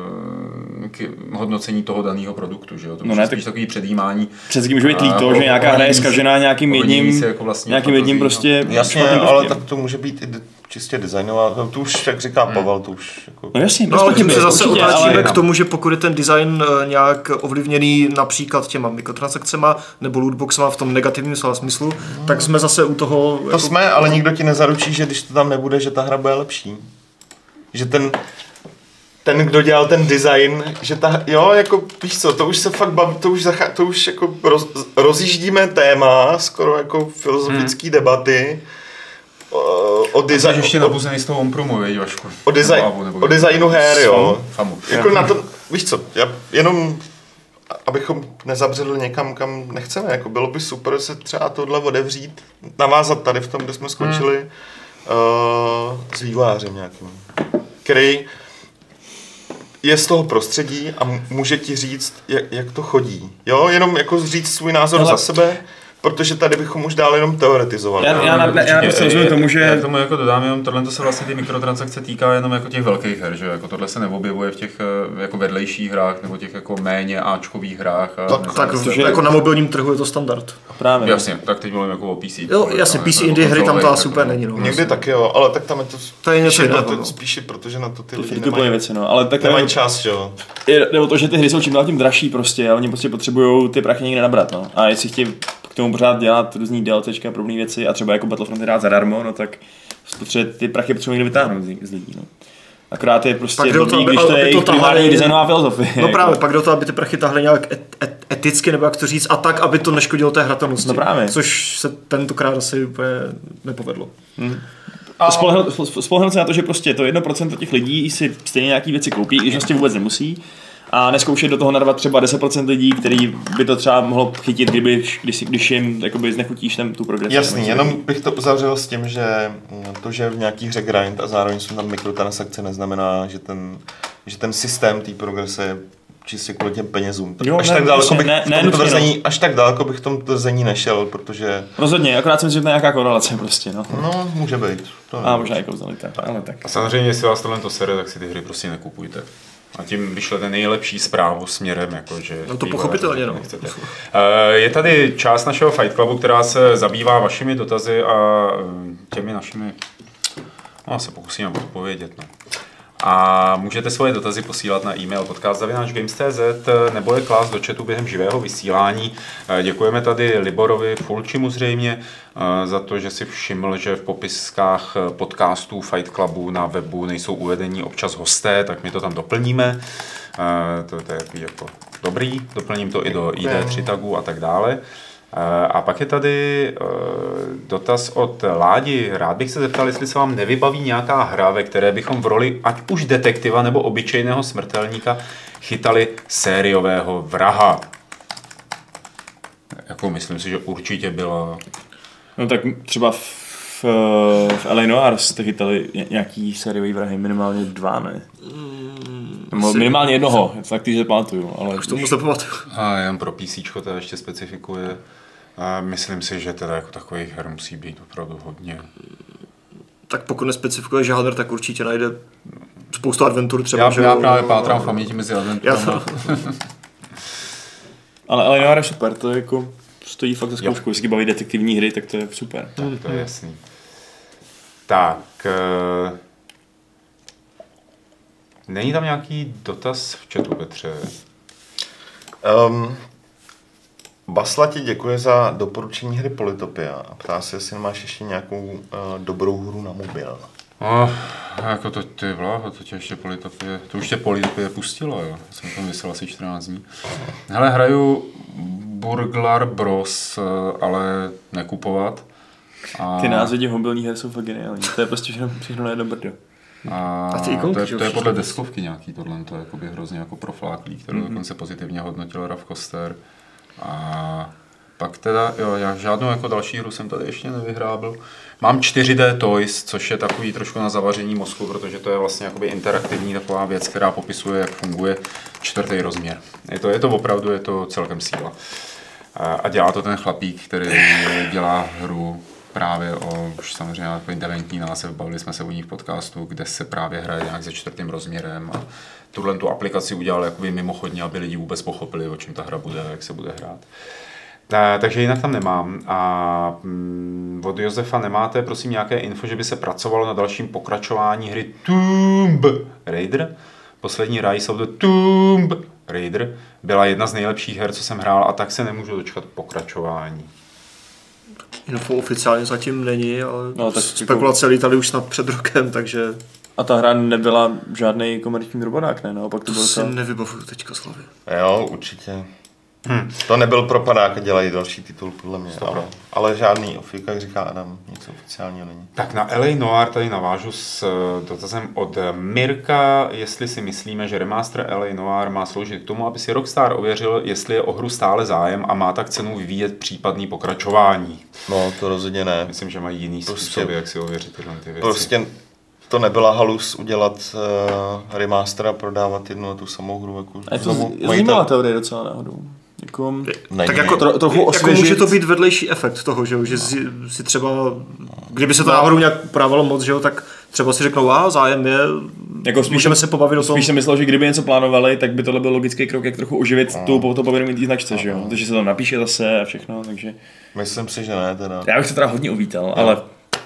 Speaker 1: hodnocení toho daného produktu, že jo? To je spíš takový předjímání.
Speaker 4: Přesně může být líto, že nějaká hra je zkažená nějakým jedním prostě.
Speaker 2: Jasně, ale tak to může být i čistě designová. To už, jak říká Pavel, to už jako...
Speaker 4: No jasně,
Speaker 3: ale tím se zase otáčíme k tomu, že pokud je ten design nějak ovlivněný například těma mikrotransakcema nebo lootboxema v tom negativním slova smyslu, tak jsme zase u toho...
Speaker 2: To jako... jsme, ale nikdo ti nezaručí, že když to tam nebude, že ta hra bude lepší. Že ten, kdo dělal ten design, že jo, jako, víš co, to už se fakt baví, to už jako rozjíždíme téma, skoro jako filozofický debaty o designu.
Speaker 1: ještě nabuzený z toho on-promu, veď, Vašku.
Speaker 2: O designu her, jo.
Speaker 1: Famu.
Speaker 2: Jako na to, víš co, jenom, abychom nezabředli někam, kam nechceme, jako bylo by super se třeba tohle otevřít, navázat tady v tom, kde jsme skončili, s vývojářem nějakým, který je z toho prostředí a může ti říct, jak to chodí. Jo, jenom jako říct svůj názor za sebe, protože tady bychom už dál jenom teoretizovali.
Speaker 4: Já prostě rozumím tomu, že...
Speaker 1: Já k tomu jako dodám, jenom tohle se vlastně ty mikrotransakce týká jenom jako těch velkých her, že jako tohle se neobjevuje v těch jako vedlejších hrách nebo těch jako méně áčkových hrách.
Speaker 3: Tak jako na mobilním trhu je to standard.
Speaker 4: Právě.
Speaker 1: Jasně, tak teď mluvím jako o PC.
Speaker 3: Jo, jasně, PC indie hry tam to asi úplně není. No,
Speaker 2: někdy taky jo, ale tak tam je
Speaker 3: to je něco jiného.
Speaker 2: Spíše, protože na to ty
Speaker 4: lidi
Speaker 2: nemají
Speaker 4: věci, no. Ale tak
Speaker 2: nemají čas, jo.
Speaker 4: Jde o to, že ty hry jsou čím dál tím dražší prostě a oni prostě potřebují ty prachy někde nabrat, no. A jestli chtějí k tomu pořád dělat různý DLCčka a podobné věci a třeba jako Battlefront hrát zadarmo, no tak Protože ty prachy potřebují někdo vytáhnout z lidí. No. Akorát je prostě
Speaker 3: blbý,
Speaker 4: když to je jejich primární designová filozofie.
Speaker 3: No právě, pak do toho, aby ty prachy tahly nějak eticky, nebo jak to říct, a tak, aby to neškodilo té hratelnosti.
Speaker 4: No právě.
Speaker 3: Což se tentokrát asi úplně nepovedlo.
Speaker 4: Spolehnout se na to, že prostě to 1% těch lidí si stejně nějaký věci koupí, když vlastně vůbec nemusí. A neskoušet do toho narvat třeba 10% lidí, který by to třeba mohlo chytit, když jim jakoby znechutíš tu progresi.
Speaker 2: Jasný, jenom bych to uzavřel s tím, že to, že v nějaký hře grind a zároveň jsou tam mikrotransakce, neznamená, že ten systém té progrese je čistě kvůli těm penězům. Až tak daleko bych v tom tvrzení nešel, protože...
Speaker 4: Rozhodně, akorát si myslím, že to je nějaká korelace prostě, no.
Speaker 2: No, může být.
Speaker 4: A možná i kauzalita, ale tak.
Speaker 1: A samozřejmě, jestli vás tohle sere, tak si ty hry prostě nekupujte. A tím vyšlete nejlepší zprávu směrem, jakože...
Speaker 3: No to pochopitelně, no.
Speaker 1: Je tady část našeho Fight Clubu, která se zabývá vašimi dotazy a těmi našimi... No, se pokusíme odpovědět, no. A můžete svoje dotazy posílat na e-mail podcast@games.cz nebo je klást do chatu během živého vysílání. Děkujeme tady Liborovi Fulčimu zřejmě za to, že si všiml, že v popiskách podcastů Fight Clubu na webu nejsou uvedení občas hosté, tak my to tam doplníme. To je jako dobrý, doplním to i do ID3 tagu a tak dále. A pak je tady dotaz od Ládi. Rád bych se zeptal, jestli se vám nevybaví nějaká hra, ve které bychom v roli ať už detektiva nebo obyčejného smrtelníka chytali sériového vraha. Jako myslím si, že určitě byla...
Speaker 4: No tak třeba v L.A. Noire jste chytali nějaký sériový vrahy, minimálně 2, ne? Minimálně jednoho, tak ty se pamatuju. Ale
Speaker 3: už to moc nepamatuju.
Speaker 1: A jen pro PCčko to ještě specifikuje. A myslím si, že teda jako takových her musí být opravdu hodně.
Speaker 3: Tak pokud nespecifikuje žánr, tak určitě najde spoustu adventur třeba.
Speaker 1: Já právě pátrám v paměti mezi adventurama.
Speaker 4: Ale L.A. Noire je super, to je jako stojí fakt za zkoušku. Jestli baví detektivní hry, tak to je super.
Speaker 1: Tak to je jasný. Tak... Není tam nějaký dotaz v chatu, Petře?
Speaker 2: Basla ti děkuje za doporučení hry Polytopia a ptá se, jestli máš ještě nějakou dobrou hru na mobil.
Speaker 1: Jako to ty vláho, to tě ještě Polytopie, to už tě Polytopie pustilo, jo. Jsem tam vysel asi 14 dní. Hele, hraju Burglar Bros, ale nekupovat.
Speaker 4: Ty názvy těch mobilních her jsou fakt geniální, to je prostě všechno na jedno brdo.
Speaker 1: A ty ikonky, to je podle deskovky nějaký tohle, to je jakoby hrozně jako profláklý, kterou dokonce pozitivně hodnotil Ralph Koster. A pak teda, jo, já žádnou jako další hru jsem tady ještě nevyhrábil. Mám 4D Toys, což je takový trošku na zavaření mozku, protože to je vlastně jakoby interaktivní taková věc, která popisuje, jak funguje 4. rozměr. Je to opravdu, je to celkem síla. A dělá to ten chlapík, který dělá hru právě o, už samozřejmě takový dementní název, bavili jsme se o ní v podcastu, kde se právě hraje nějak se 4. rozměrem a tu aplikaci udělal jakoby mimochodně, aby lidi vůbec pochopili, o čem ta hra bude a jak se bude hrát. Takže jinak tam nemám. A od Josefa nemáte, prosím, nějaké info, že by se pracovalo na dalším pokračování hry Tomb Raider? Poslední Rise of the Tomb Raider byla jedna z nejlepších her, co jsem hrál, a tak se nemůžu dočkat pokračování.
Speaker 3: Info oficiálně zatím není, ale spekulace lítaly už snad před rokem, takže...
Speaker 4: A ta hra nebyla žádný komerční drobodák, ne? Naopak to bylo
Speaker 3: si nevybavuju teďka Slavy.
Speaker 2: Jo, určitě. To nebyl propadák a dělají další titul, podle mě. Ale žádný, jak říká Adam, nic oficiálního není.
Speaker 1: Tak na L.A. Noire tady navážu s dotazem od Mirka, jestli si myslíme, že remaster L.A. Noire má sloužit k tomu, aby si Rockstar ověřil, jestli je o hru stále zájem a má tak cenu vyvíjet případný pokračování.
Speaker 2: No, to rozhodně ne.
Speaker 1: Myslím, že mají jiný způsoby, jak si ověřit tyhle ty věci.
Speaker 2: Prostě to nebyla halus udělat remaster a prodávat jednu a tu samou hru. Jako
Speaker 4: a je to zajímavá teorie docela náhodou. Jako,
Speaker 3: tak jako trochu osvěžit. Jako může to být vedlejší efekt toho, že si třeba, kdyby se to náhodou nějak upravilo moc, že jo, tak třeba si řeknou, zájem je, jako můžeme se pobavit o tom.
Speaker 4: Spíš jsem myslel, že kdyby něco plánovali, tak by tohle byl logický krok, jak trochu oživit to povědomí té značce, že jo, takže se to napíše zase a všechno, takže...
Speaker 2: Myslím si, že ne teda.
Speaker 4: Já bych to teda hodně uvítal, ale...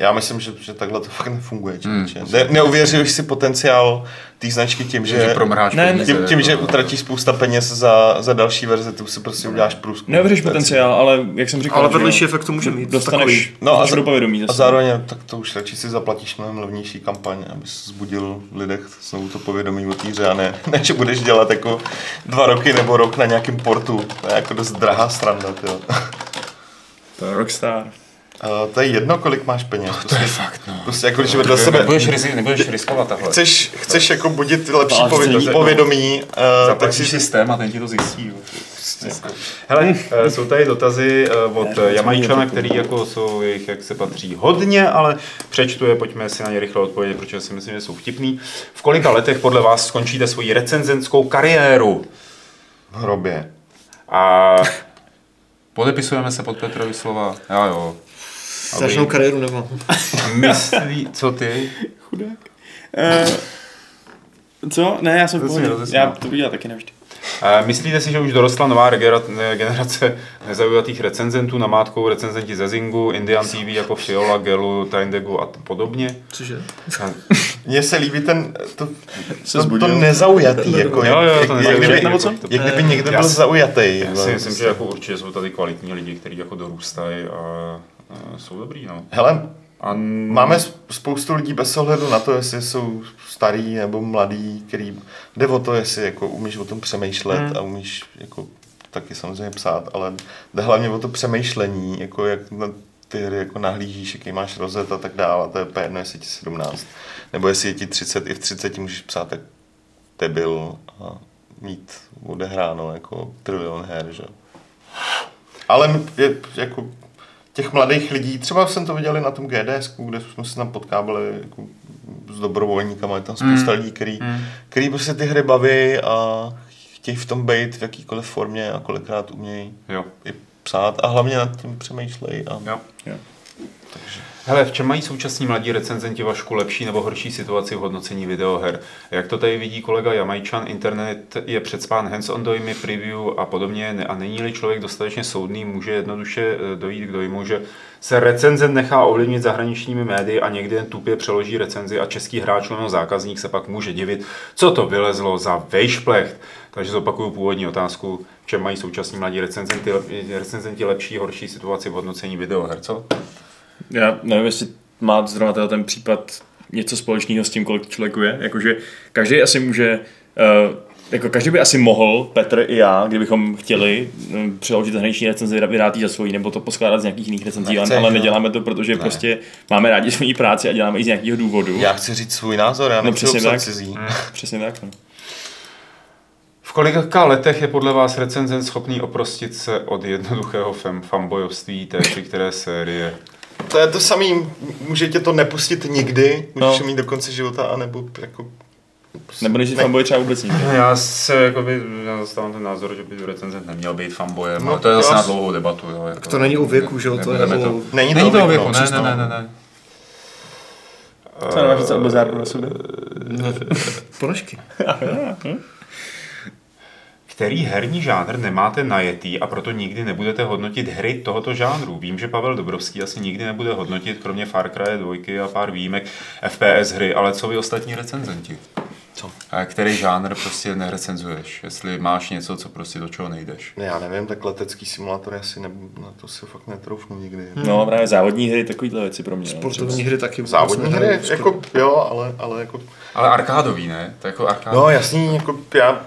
Speaker 2: Já myslím, že takhle to fakt nefunguje. Neuvěřuješ si potenciál té značky tím, že že utratíš spousta peněz za další verze, tu si prostě uděláš průzkum.
Speaker 4: Neuvěříš potenciál, ale jak jsem říkal,
Speaker 3: ale vedlejší efekt to může mít.
Speaker 4: Dostaneš povědomí.
Speaker 2: A zároveň tak to už radši si zaplatíš mnohem levnější kampaň, aby se zbudil v lidech znovu to povědomí o té hře a ne, že budeš dělat jako 2 roky nebo rok na nějakém portu. To je jako dost drahá sranda, jo.
Speaker 4: To je Rockstar.
Speaker 2: To je jedno, kolik máš peněz.
Speaker 1: To je fakt, no.
Speaker 2: Prostě jako když vedle sebe...
Speaker 1: Nebudeš riskovat takhle.
Speaker 2: Chceš jako budit lepší povědomí,
Speaker 1: tak si systém a ten ti to zjistí. Hele, jsou tady dotazy od Jamajčana, který jako jsou jejich, jak se patří, hodně, ale přečtu je, pojďme si na ně rychle odpovědět, protože si myslím, že jsou vtipný. V kolika letech podle vás skončíte svoji recenzentskou kariéru?
Speaker 2: V hrobě.
Speaker 1: A podepisujeme se pod Petrovi slova. Jo.
Speaker 3: Strašnou kariéru nemám.
Speaker 1: Myslí, co ty?
Speaker 4: Chudák. Co? Ne, já jsem v pohodě. Já to budu dělat taky nevždy.
Speaker 1: Myslíte si, že už dorostla nová generace nezaujatých recenzentů, namátkou recenzenti ze Zingu, Indian TV jako Fiola, Gelu, Tindegu a podobně?
Speaker 3: Cože?
Speaker 2: Mně se líbí to nezaujatý, jako jak kdyby někdo byl zaujatý.
Speaker 1: Já si myslím, že jako určitě jsou tady kvalitní lidi, kteří jako dorůstají a jsou dobrý, no.
Speaker 2: Hele, máme spoustu lidí bez ohledu na to, jestli jsou starý nebo mladý, který jde o to, jestli jako umíš o tom přemýšlet a umíš jako taky samozřejmě psát, ale jde hlavně o to přemýšlení, jako jak na ty hry jako nahlížíš, jaký máš rozet a tak dále. To je jedno, jestli ti 17, nebo jestli je ti 30, i v 30 můžeš psát jak debil a mít odehráno jako trilion her, že? Ale je jako těch mladých lidí, třeba jsem to viděl na tom GDSku, kde jsme se tam potkávali jako s dobrovolníkama, je tam spousta lidí, který prostě ty hry baví a chtějí v tom být v jakýkoliv formě a kolikrát umějí i psát a hlavně nad tím přemýšlej.
Speaker 1: Jo. Takže. Hele, v čem mají současní mladí recenzenti, Vašku, lepší nebo horší situaci v hodnocení videoher? Jak to tady vidí kolega Jamajčan, internet je předspán hands-on dojmy, preview a podobně a není-li člověk dostatečně soudný, může jednoduše dojít k dojmu, že se recenzent nechá ovlivnit zahraničními médii a někdy jen tupě přeloží recenzi a český hráč nebo zákazník se pak může divit, co to vylezlo za vejšplecht. Takže zopakuju původní otázku, v čem mají současní mladí recenzenti lepší, horší situaci v hodnocení videoher, co?
Speaker 4: Já nevím, jestli má zrovna ten případ něco společného s tím, kolik člověku je. Jakože každý asi může, jako každý by asi mohl, Petr i já, kdybychom chtěli přeložit zahraniční recenzi, vydát za svojí, nebo to poskládat z nějakých jiných recenzí, ale neděláme to, protože prostě máme rádi svoji práci a děláme i z nějakého důvodu.
Speaker 2: Já chci říct svůj názor, já nechci obsat cizí.
Speaker 4: Přesně tak, no.
Speaker 1: V kolika letech je podle vás recenzent schopný oprostit se od jednoduchého fanboyovství té či které série?
Speaker 2: To je to samý, může tě to nepustit nikdy, můžeš mít do konce života, anebo jako...
Speaker 4: Nebo nejsi fanboy třeba vůbec nikdy.
Speaker 1: Já zastávám ten názor, že by recenzent neměl být fanboyem, ale to je zase na dlouhou debatu. Jo, jako,
Speaker 3: to není o věku, že jo?
Speaker 2: Není to o věku, ne.
Speaker 4: Co nemáš něco bazárku na sobě?
Speaker 3: Ponožky.
Speaker 1: Který herní žánr nemáte najetý a proto nikdy nebudete hodnotit hry tohoto žánru? Vím, že Pavel Dobrovský asi nikdy nebude hodnotit, kromě Far Cry 2 a pár výjimek, FPS hry, ale co vy ostatní recenzenti?
Speaker 3: Co?
Speaker 1: A který žánr prostě nerecenzuješ? Jestli máš něco, co prostě do čeho nejdeš?
Speaker 2: Já nevím, tak letecký simulátor asi na to si fakt netroufnu nikdy.
Speaker 4: No právě závodní hry, takovýhle věci pro mě.
Speaker 3: Sportovní hry taky.
Speaker 2: Závodní hry, jako jo, ale jako...
Speaker 1: Ale arkádový, ne? To jako
Speaker 2: arkádový. No jasný, jako já...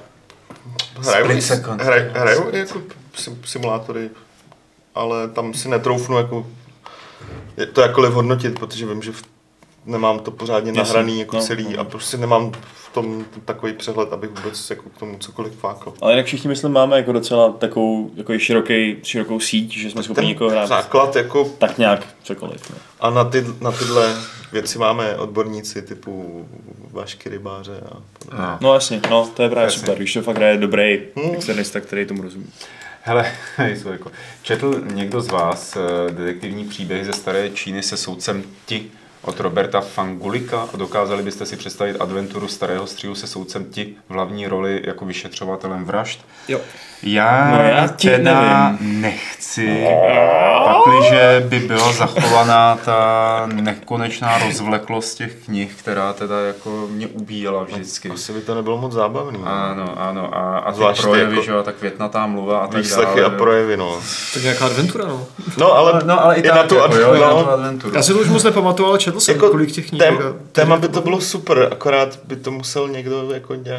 Speaker 2: Hraju jako simulátory, ale tam si netroufnu jako to jakkoliv hodnotit, protože vím, že nemám to pořádně nahraný jako celý a prostě nemám v tom takový přehled, abych vůbec jako k tomu cokoliv fákl.
Speaker 4: Ale jinak všichni, myslím, máme jako docela takovou jako širokou síť, že jsme schopni někoho hrát.
Speaker 2: Základ jako...
Speaker 4: Tak nějak cokoliv. Ne?
Speaker 2: A na tyhle věci máme odborníci typu Vašky Rybáře a podobně.
Speaker 4: No jasně, no to je právě super, když to fakt je dobrý externista, který tomu rozumí.
Speaker 1: Hele, četl někdo z vás detektivní příběhy ze staré Číny se soudcem Ti od Roberta Fangulika a dokázali byste si představit adventuru starého střílu se soudcem Ti v hlavní roli jako vyšetřovatelem vražd?
Speaker 3: Jo.
Speaker 1: Já teda nechci, Pakliže by byla zachovaná ta nekonečná rozvleklost těch knih, která teda jako mě ubíjela vždycky.
Speaker 2: Asi by to nebylo moc zábavný.
Speaker 1: Ano. A ty
Speaker 2: Zvláště
Speaker 1: projevy,
Speaker 2: jako
Speaker 1: že jo, ta květnatá mluva a tak
Speaker 2: výslechy
Speaker 1: dále.
Speaker 2: a projevy, no.
Speaker 3: Tak nějaká adventura, no.
Speaker 2: No, ale
Speaker 1: i na tu adventuru.
Speaker 3: Já si to už moc nepamatuju, ale četl jsem
Speaker 2: Jako
Speaker 3: kolik těch knih.
Speaker 2: Téma by to bylo super, akorát by to musel někdo jako nějak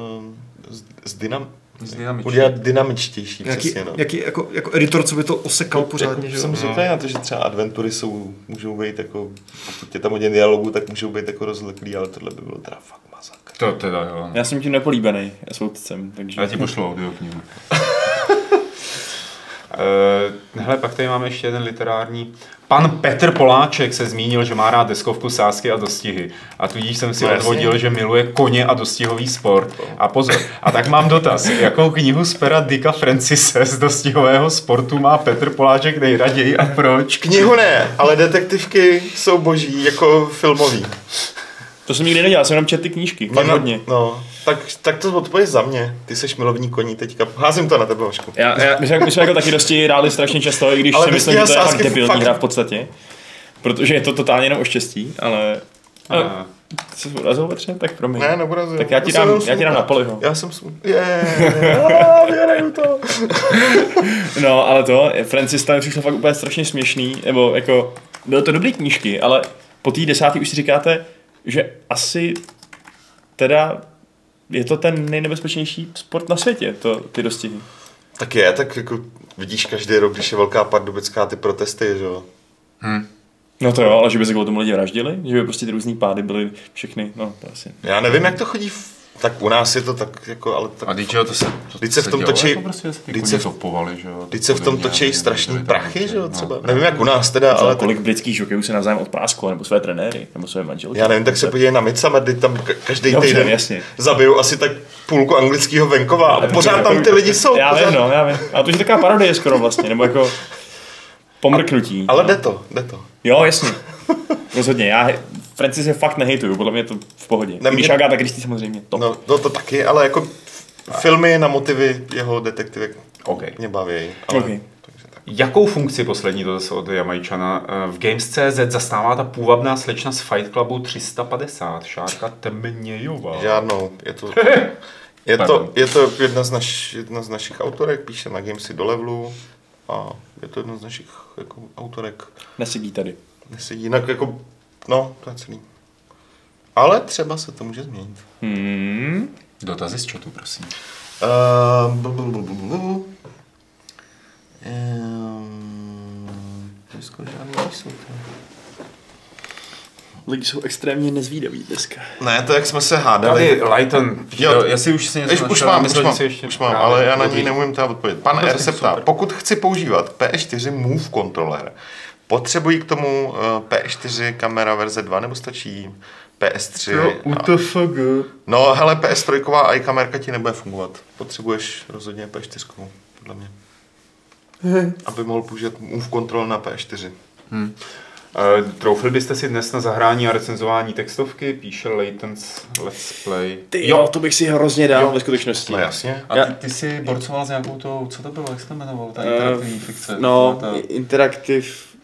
Speaker 2: udělat dynamičtější, přesně, no.
Speaker 3: Jaký jako editor, co by to osekal pořádně,
Speaker 2: jako,
Speaker 3: že
Speaker 2: jsem zvyklý na to, že třeba adventury můžou být jako, pokud je tam hodně dialogů, tak můžou být jako rozleklý, ale tohle by bylo teda fakt masakr.
Speaker 1: To teda jo.
Speaker 4: Já jsem tím nepolíbený soudcem, takže...
Speaker 1: Já ti pošlu audioknihu. Hele, pak tady máme ještě jeden literární. Pan Petr Poláček se zmínil, že má rád deskovku, sázky a dostihy. A tudíž jsem si odvodil, že miluje koně a dostihový sport. A pozor, a tak mám dotaz. Jakou knihu z pera Dicka Francise z dostihového sportu má Petr Poláček nejraději a proč?
Speaker 2: Knihu ne, ale detektivky jsou boží, jako filmový.
Speaker 4: To jsem nikdy nedělal, jsem jenom četl ty knížky, fakt hodně.
Speaker 2: No, tak to odpověď za mě. Ty seš milovník koní teďka. Házím to na tebe, Vašku.
Speaker 4: My jsme jako taky dosti hráli strašně často, i když
Speaker 2: ale
Speaker 4: si myslím, že to je fakt debilní
Speaker 2: fakt...
Speaker 4: hra v podstatě. Protože je to totálně jenom o štěstí, ale... Jsi se urazil, Petře? Tak promiň.
Speaker 2: Ne, neurazil.
Speaker 4: Tak já ti dám na Poliho.
Speaker 2: Já jsem věraju to.
Speaker 4: No, ale to, Francis tam přišlo fakt úplně strašně směšný, nebo jako, bylo to dobrý knížky, ale po té 10. už si říkáte, že asi teda je to ten nejnebezpečnější sport na světě, ty dostihy.
Speaker 2: Tak jako vidíš každý rok, když je velká pardubická, ty protesty, že jo.
Speaker 4: No to jo, ale že by se kvůli tomu lidi vraždili, že by prostě ty různý pády byly všechny, no to asi.
Speaker 2: Já nevím, jak to chodí, tak u nás je to tak jako, ale tak...
Speaker 1: A teď to se
Speaker 2: v tom točí, se v tom točí strašný prachy, že jo, třeba. Nevím, jak u nás teda, ale...
Speaker 4: Kolik britských hokejů se navzájem odprásklo, nebo své trenéry, nebo své manželky.
Speaker 2: Já nevím, tak se podívej na Midsommar, kdy tam každý týden zabijou asi tak půlku anglického venkova a pořád tam ty lidi jsou.
Speaker 4: Já vím. A to je taková parodie skoro vlastně, nebo jako pomrknutí.
Speaker 2: Ale jde to.
Speaker 4: Jo, jasně. Rozhodně, já Francis je fakt nehejtuju, podle mě je to v pohodě. Když Agatha Christie samozřejmě. Top.
Speaker 2: No to taky, ale jako filmy na motivy jeho detektivek mě baví.
Speaker 4: Okay.
Speaker 1: Jakou funkci poslední dotaz od Jamajčana v Games.cz zastává ta půvabná slečna z Fight Clubu 350, Šárka Temnějová?
Speaker 2: Žádnou, je to jedna z našich autorek, píše na Gamesy do levelu a je to jedna z našich jako autorek.
Speaker 4: Nesedí tady.
Speaker 2: Nesedí, jinak jako, no, to je celý. Ale třeba se to může změnit.
Speaker 1: Dotazy z chatu, prosím.
Speaker 2: Lidi
Speaker 4: jsou extrémně nezvídaví dneska.
Speaker 2: Ne, to jak jsme se hádali.
Speaker 1: Lighton, jestli už si něco
Speaker 2: už mám, ale já na něj neumím teda odpovědět. Pan R se ptá, pokud chci používat PS4 Move Controller, potřebují k tomu PS4 kamera verze 2 nebo stačí PS3? No hele, PS3 iCamerka ti nebude fungovat. Potřebuješ rozhodně PS4, podle mě. Aby mohl použít Move Control na PS4.
Speaker 1: Troufli byste si dnes na zahrání a recenzování textovky? Píše Layton's Let's Play.
Speaker 4: Jo, to bych si hrozně dal ve skutečnosti.
Speaker 2: No jasně.
Speaker 1: A ty jsi borcoval s nějakou tou, co to bylo, jak se to jmenovalo, ta interaktivní fikce?
Speaker 4: No, Interactive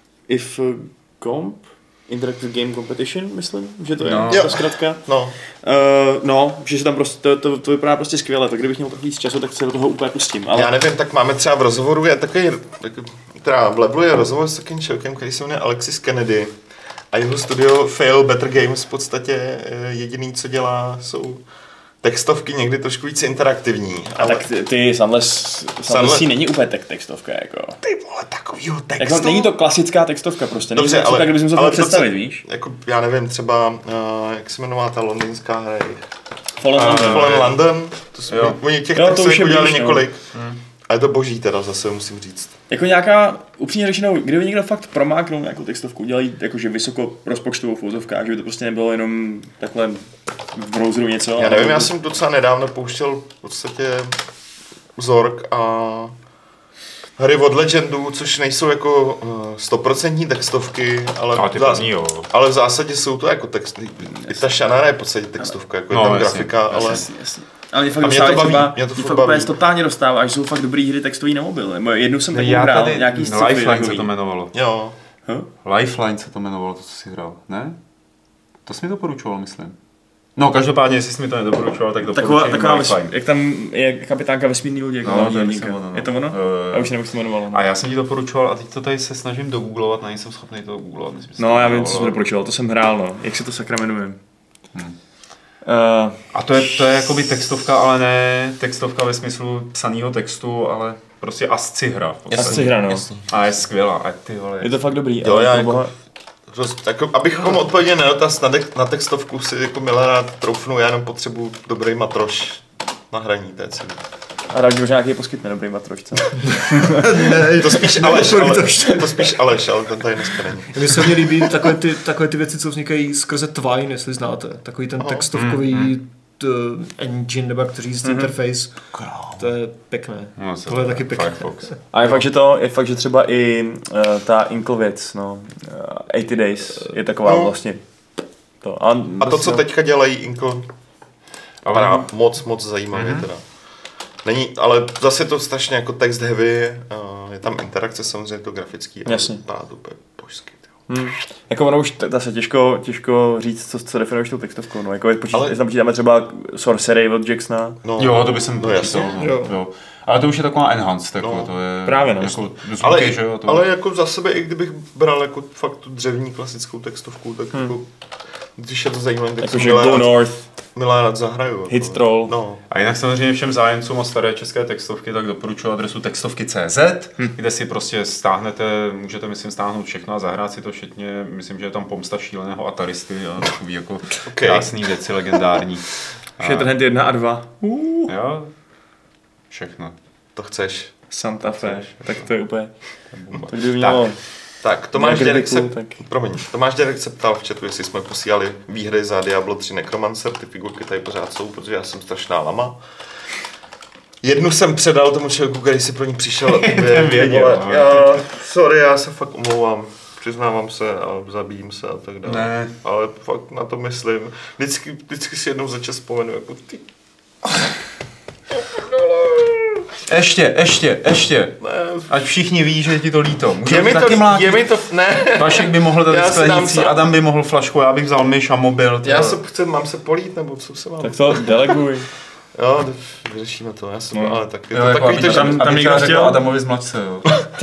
Speaker 4: Interactive Game Competition, myslím, že to je ta zkratka. Že se tam prostě, to vypadá prostě skvěle, tak kdybych měl trochu víc času, tak se do toho úplně pustím. Ale...
Speaker 2: Já nevím, tak máme třeba v rozhovoru, teda v Levelu je rozhovor s takým člověkem, který se jmenuje Alexis Kennedy a jeho studio Fail Better Games v podstatě jediný, co dělá, jsou textovky někdy trošku víc interaktivní.
Speaker 4: Ale... tak ty Sunless není úplně textovka, jako.
Speaker 2: Ty vole, takovýho textu.
Speaker 4: Jako, není to klasická textovka prostě, není
Speaker 2: dobře,
Speaker 4: to tak, kdybych se to představit, víš?
Speaker 2: Jako, já nevím, třeba, jak se jmenová ta londýnská hra?
Speaker 4: Fallen
Speaker 2: London. Oni těch textů udělali několik. A je to boží teda, zase musím říct.
Speaker 4: Jako nějaká, upřímně řečeno, kdyby někdo fakt promáknul nějakou textovku, udělají jakože vysoko rozpočtovou v úzovkách, že by to prostě nebylo jenom takhle v browseru něco.
Speaker 2: Já nevím, já jsem docela nedávno pouštěl v podstatě Zork a hry od Legendů, což nejsou jako 100% textovky, ale v zásadě jsou to jako texty. I ta Shannara je v podstatě textovka, jako je tam grafika, ale...
Speaker 4: Jasný. Ale mě fakt
Speaker 2: A mě to
Speaker 4: dostávají
Speaker 2: baví,
Speaker 4: třeba,
Speaker 2: mě to
Speaker 4: mě
Speaker 2: furt
Speaker 4: fakt
Speaker 2: baví.
Speaker 4: úplně totálně dostává, až jsou fakt dobrý hry textový na mobil. Jednou jsem takovou
Speaker 1: Já
Speaker 4: hrál,
Speaker 1: tady
Speaker 4: nějaký sci-fi
Speaker 1: Lifeline se
Speaker 4: takový.
Speaker 1: to jmenovalo.
Speaker 2: Jo.
Speaker 1: Lifeline se to jmenovalo, to, co jsi hrál, ne? To jsi mi doporučoval, myslím. No, každopádně, jestli jsi mi to nedoporučoval, tak doporučuji
Speaker 4: Taková
Speaker 1: Lifeline.
Speaker 4: jak tam je kapitánka vesmírný lodě.
Speaker 1: No, to je myslím ono.
Speaker 4: Je to ono? Já už nevím, jak se to jmenovalo.
Speaker 1: A já jsem ti doporučoval a teď to tady se snažím dogooglovat, nejsem schopný to googlovat.
Speaker 4: No, já vím, co jsem doporučoval, to jsem hrál, no. Jak se to sakra jmenuje?
Speaker 1: A to je jakoby textovka, ale ne textovka ve smyslu psanýho textu, ale prostě asci hra.
Speaker 4: Asci hra, no.
Speaker 1: A je skvělá, a ty vole.
Speaker 4: Je to fakt dobrý.
Speaker 2: Jo,
Speaker 4: ale
Speaker 2: já
Speaker 4: to
Speaker 2: jako,
Speaker 4: boha-
Speaker 2: jako, abych komu odpověděl na dotaz na textovku si jako milerád troufnu, já jenom potřebuji dobrý matroš na hraní, to je celý.
Speaker 4: A rád, že možná nějaký poskytne dobrý matrošce.
Speaker 2: To spíš Aleš, ale ten tady dneska není.
Speaker 3: Mně se hodně líbí takové ty věci, co vznikají skrze Twine, jestli znáte. Takový ten textovkový engine, nebo jak to říct, interface. To je pěkné.
Speaker 1: No,
Speaker 3: Tohle je taky pěkné.
Speaker 1: Firefox.
Speaker 4: A je fakt, že třeba i ta Inkle věc, no, 80 Days je taková vlastně to.
Speaker 2: A to, co teďka dělají Inkle, ale moc zajímavě teda. Není, ale zase to strašně jako text heavy, je tam interakce, samozřejmě to grafický, ale to úplně božský.
Speaker 4: Jako ono už zase těžko říct, co definuješ tou textovkou, no, jako jestli tam počítáme třeba Sorcery od Jacksona.
Speaker 2: No,
Speaker 1: Jo, to by jsem
Speaker 2: jasně.
Speaker 1: jo. Ale to už je taková enhanced, jako,
Speaker 2: No,
Speaker 1: to je
Speaker 4: právě, no.
Speaker 1: jako
Speaker 2: ale,
Speaker 1: že jo, to...
Speaker 2: ale jako za sebe, i kdybych bral jako fakt tu dřevní klasickou textovku, tak jako, když je to zajímavé, tak
Speaker 4: Jakože Go North,
Speaker 2: milérat zahraju.
Speaker 4: Hit Troll.
Speaker 2: No.
Speaker 1: A jinak samozřejmě všem zájemcům o staré české textovky, tak doporučuji adresu textovky.cz, kde si prostě stáhnete, můžete myslím stáhnout všechno a zahrát si to všetně, myslím, že je tam pomsta šíleného Ataristy a takový jako krásný věci, legendární.
Speaker 4: Shatterhand 1 a 2.
Speaker 1: Jo, všechno.
Speaker 2: To chceš.
Speaker 4: Santa Fe, tak to je úplně, to by mělo.
Speaker 2: Tak, Tomáš
Speaker 4: Děrek
Speaker 2: se ptal v chatu, jestli jsme posílali výhry za Diablo 3 Necromancer, ty figurky tady pořád jsou, protože já jsem strašná lama. Jednu jsem předal tomu člověku, který si pro ní přišel. Sorry, já se fakt omlouvám. Přiznávám se a zabijím se a tak dále.
Speaker 1: Ne.
Speaker 2: Ale fakt na to myslím. Vždycky si jednou za čas vzpomenu, jako ty.
Speaker 1: Ještě. Ne. Ať všichni ví, že je ti to líto.
Speaker 2: Je mi to, ne.
Speaker 1: Vašek by mohl dát sklenicí, Adam by mohl flašku, já bych vzal myš a mobil.
Speaker 2: Mám se polít, nebo co se mám?
Speaker 4: Tak to deleguj.
Speaker 2: Jo, vyřešíme to, ale tak je to
Speaker 1: jako
Speaker 2: takový to, že
Speaker 4: tam někdo chtěl
Speaker 1: Adamovi z mladce, jo.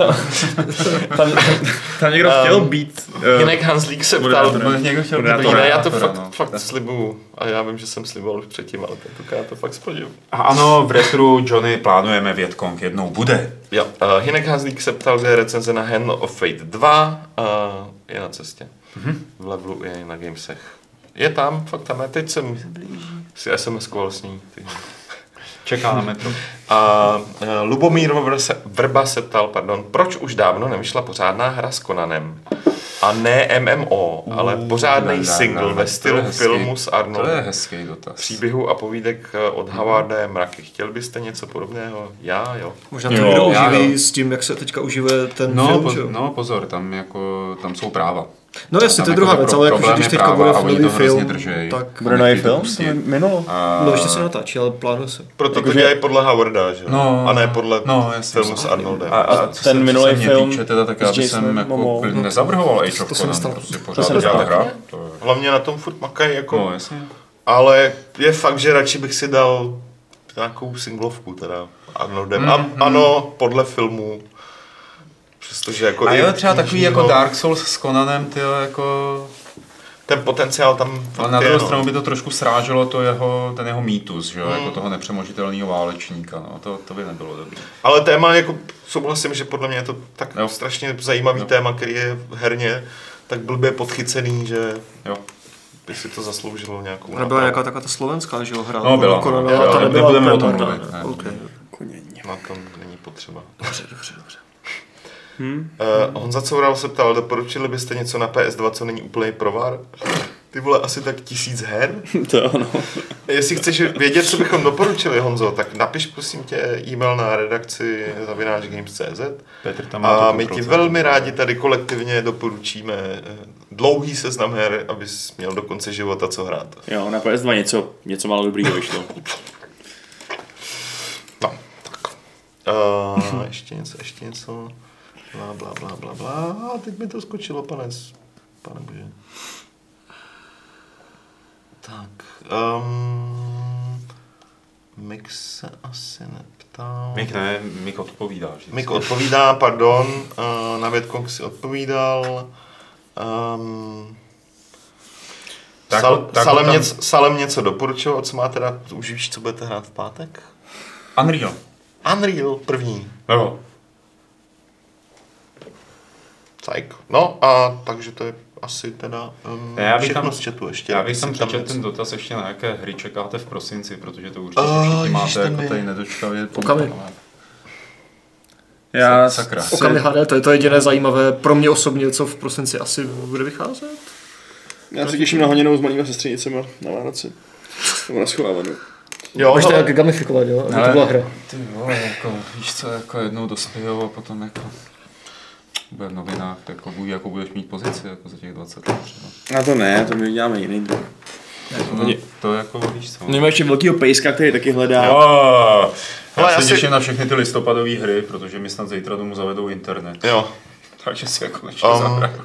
Speaker 4: tam někdo chtěl být.
Speaker 2: Hinek Hanslík se ptal.
Speaker 1: Někdo chtěl být
Speaker 2: Já to fakt slibuju. A já vím, že jsem sliboval už předtím, ale tentokrát já to fakt splním.
Speaker 1: A ano, v Retru Johnny plánujeme Vietkong, jednou bude.
Speaker 2: Jo, Hinek Hanslík se ptal, kde je recenze na Hand of Fate 2. Je na cestě. V levelu je na Gamesech. Je tam, fakt tam je. Teď jsem si SMS-koval s ní.
Speaker 1: Čeká na metro.
Speaker 2: A Lubomír Vrba se ptal, proč už dávno nevyšla pořádná hra s Conanem? A ne MMO, ale pořádný single ve stylu filmu s Arnoldem.
Speaker 1: To je hezký dotaz.
Speaker 2: Příběhů a povídek od Howarda je mraky. Chtěl byste něco podobného? Já, jo.
Speaker 3: Možná to někdo uživí s tím, jak se teďka uživuje ten film, že jo?
Speaker 1: No pozor, tam jsou práva.
Speaker 3: No jasně, to je druhá věc, ale jakože když teďka bude nový film, tak...
Speaker 4: Bude nový film? Minulo?
Speaker 3: No ještě se natáčí, ale plánuje se.
Speaker 2: Proto to dělají podle Howarda, že? A ne podle filmu s Arnoldem.
Speaker 4: A ten minulý film
Speaker 1: týče teda, tak já bych jako nezavrhoval Age of Conan, prostě pořád dělá hra.
Speaker 2: Hlavně na tom furt makají, jako...
Speaker 1: No jasně.
Speaker 2: Ale je fakt, že radši bych si dal nějakou singlovku teda Arnoldem. Ano, podle filmu. Přestože jako
Speaker 1: a jo, třeba takový jako Dark Souls s Conanem, tyjo, jako...
Speaker 2: Ten potenciál tam...
Speaker 1: Ale na druhou stranu by to trošku sráželo ten jeho mýtus, že jo, jako toho nepřemožitelného válečníka, no, to by nebylo dobré.
Speaker 2: Ale téma, jako souhlasím, že podle mě je to tak strašně zajímavý téma, který je herně tak blbě podchycený, že...
Speaker 1: Jo.
Speaker 2: By si to zasloužilo nějakou...
Speaker 3: Nebyla nějaká taková ta slovenská, že jo, hra?
Speaker 1: No byla, ale nebudeme o tom mluvit.
Speaker 2: Na tom není potřeba.
Speaker 3: Dobře.
Speaker 2: Honza Coural se ptal, doporučili byste něco na PS2, co není úplný provar? Ty vole, asi tak 1000 her?
Speaker 4: To ano.
Speaker 2: Jestli chceš vědět, co bychom doporučili, Honzo, tak napiš prosím tě e-mail na redakci @games.cz a my ti velmi rádi tady kolektivně doporučíme dlouhý seznam her, abys měl do konce života co hrát.
Speaker 4: Jo, na PS2 něco málo dobrýho vyšlo.
Speaker 2: Ještě něco. Bla. A teď mi to skočilo, pane bože. Tak. Mik se asi neptal.
Speaker 1: Mik odpovídá.
Speaker 2: Mik odpovídá, pardon. Na Větkong si odpovídal. Salem něco doporučil, co má teda, už víš, co budete hrát v pátek? Unreal, první.
Speaker 1: Jo.
Speaker 2: Cajk. No a takže to je asi teda všechno z chatu ještě.
Speaker 1: Já bych tam přečetl ten dotaz ještě, na jaké hry čekáte v prosinci, protože to určitě všichni máte jako tady nedočkavě.
Speaker 4: Já
Speaker 1: sakra.
Speaker 3: Okami HD, to je to jediné zajímavé pro mě osobně, co v prosinci asi bude vycházet.
Speaker 4: Já se těším na honěnou s malýma sestřenicema na Vánoce. Nebo na schovávanou.
Speaker 2: Jo,
Speaker 3: máš to jak gamifikovat, jo? Aby to byla hra.
Speaker 1: Ty vole, jako, víš co, jako jednou dospějou a potom jako bude v novinách, jako budeš mít pozici jako za těch 20 let třeba.
Speaker 4: A to ne, to my děláme jiný druh.
Speaker 1: To jako víš co.
Speaker 4: Máme ještě velkýho pejska, který taky hledá.
Speaker 1: Jo. Já se těším na všechny ty listopadové hry, protože mi snad zítra domů zavedou internet.
Speaker 2: Jo.
Speaker 1: Takže si jako konečně zahraju.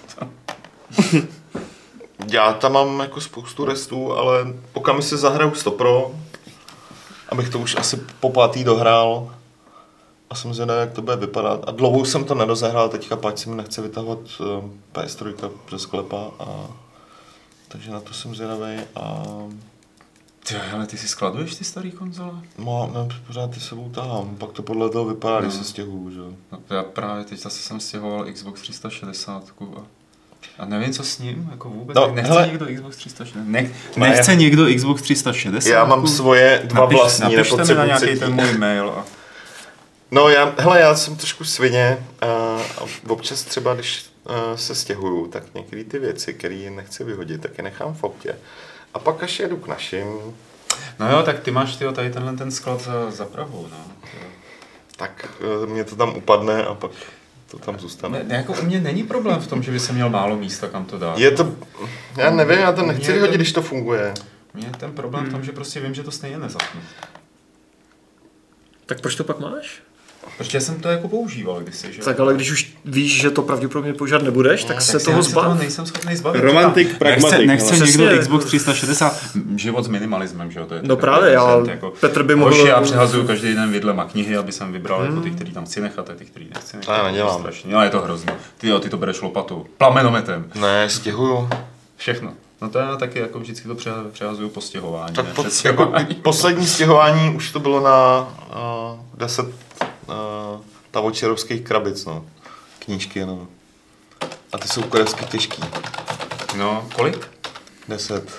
Speaker 2: Já tam mám jako spoustu restů, ale Okami si zahraju 100%, abych to už asi po pátý dohrál. A jsem zvědavý, jak to bude vypadat. A dlouho jsem to nedozahrál, teďka páč si mi nechce vytahovat PS3 přes sklepa. Takže na to jsem zvědavý.
Speaker 1: Ale ty si skladuješ ty starý konzole?
Speaker 2: No, ne, pořád ty sebou tahám. Pak to podle toho vypadá, když se stěhuju, že?
Speaker 1: No, já právě teď zase jsem stěhoval Xbox 360 a nevím, co s ním, jako vůbec.
Speaker 2: No,
Speaker 1: nechce někdo Xbox 360? Nechce někdo Xbox 360?
Speaker 2: Já mám svoje dva vlastní,
Speaker 1: napište mi na nějaký ten můj mail.
Speaker 2: No, já jsem trošku svině a občas třeba, když se stěhuju, tak některé ty věci, které nechci vyhodit, tak je nechám v autě. A pak až jedu k našim.
Speaker 1: No jo, tak ty máš tady ten sklad za Prahou, no.
Speaker 2: Tak mě to tam upadne a pak to tam zůstane.
Speaker 1: Ne, jako u mě není problém v tom, že by se měl málo místa, kam to dát.
Speaker 2: Já nevím, já to nechci vyhodit, když to funguje.
Speaker 1: Mně je ten problém v tom, že prostě vím, že to stejně nezapnu.
Speaker 3: Tak proč to pak máš?
Speaker 1: Protože jsem to jako používal kdysi, že?
Speaker 3: Tak ale když už víš, že to pravděpodobně používat nebudeš, tak se toho zbav.
Speaker 1: Nejsem schopný zbavit.
Speaker 4: Romantik, pragmatik.
Speaker 1: Nechce někdo Xbox 360, život s minimalismem, že jo? To je
Speaker 3: no právě, jako Petr by mohl...
Speaker 1: Já přehazuju každý den vidlema knihy, aby jsem vybral jako ty, který tam chci nechat a ty, který nechci nechat.
Speaker 2: Já nedělám.
Speaker 1: No, je to hrozné. Ty to bereš lopatou, plamenometem.
Speaker 2: Ne, stěhuju.
Speaker 1: Všechno. No to já taky jako vždycky to přehazuju po stěhování.
Speaker 2: Tak jako poslední stěhování už to bylo na 10 tavočerovských krabic, no. Knížky jenom. A ty jsou kurevsky těžký.
Speaker 1: No, kolik?
Speaker 2: 10.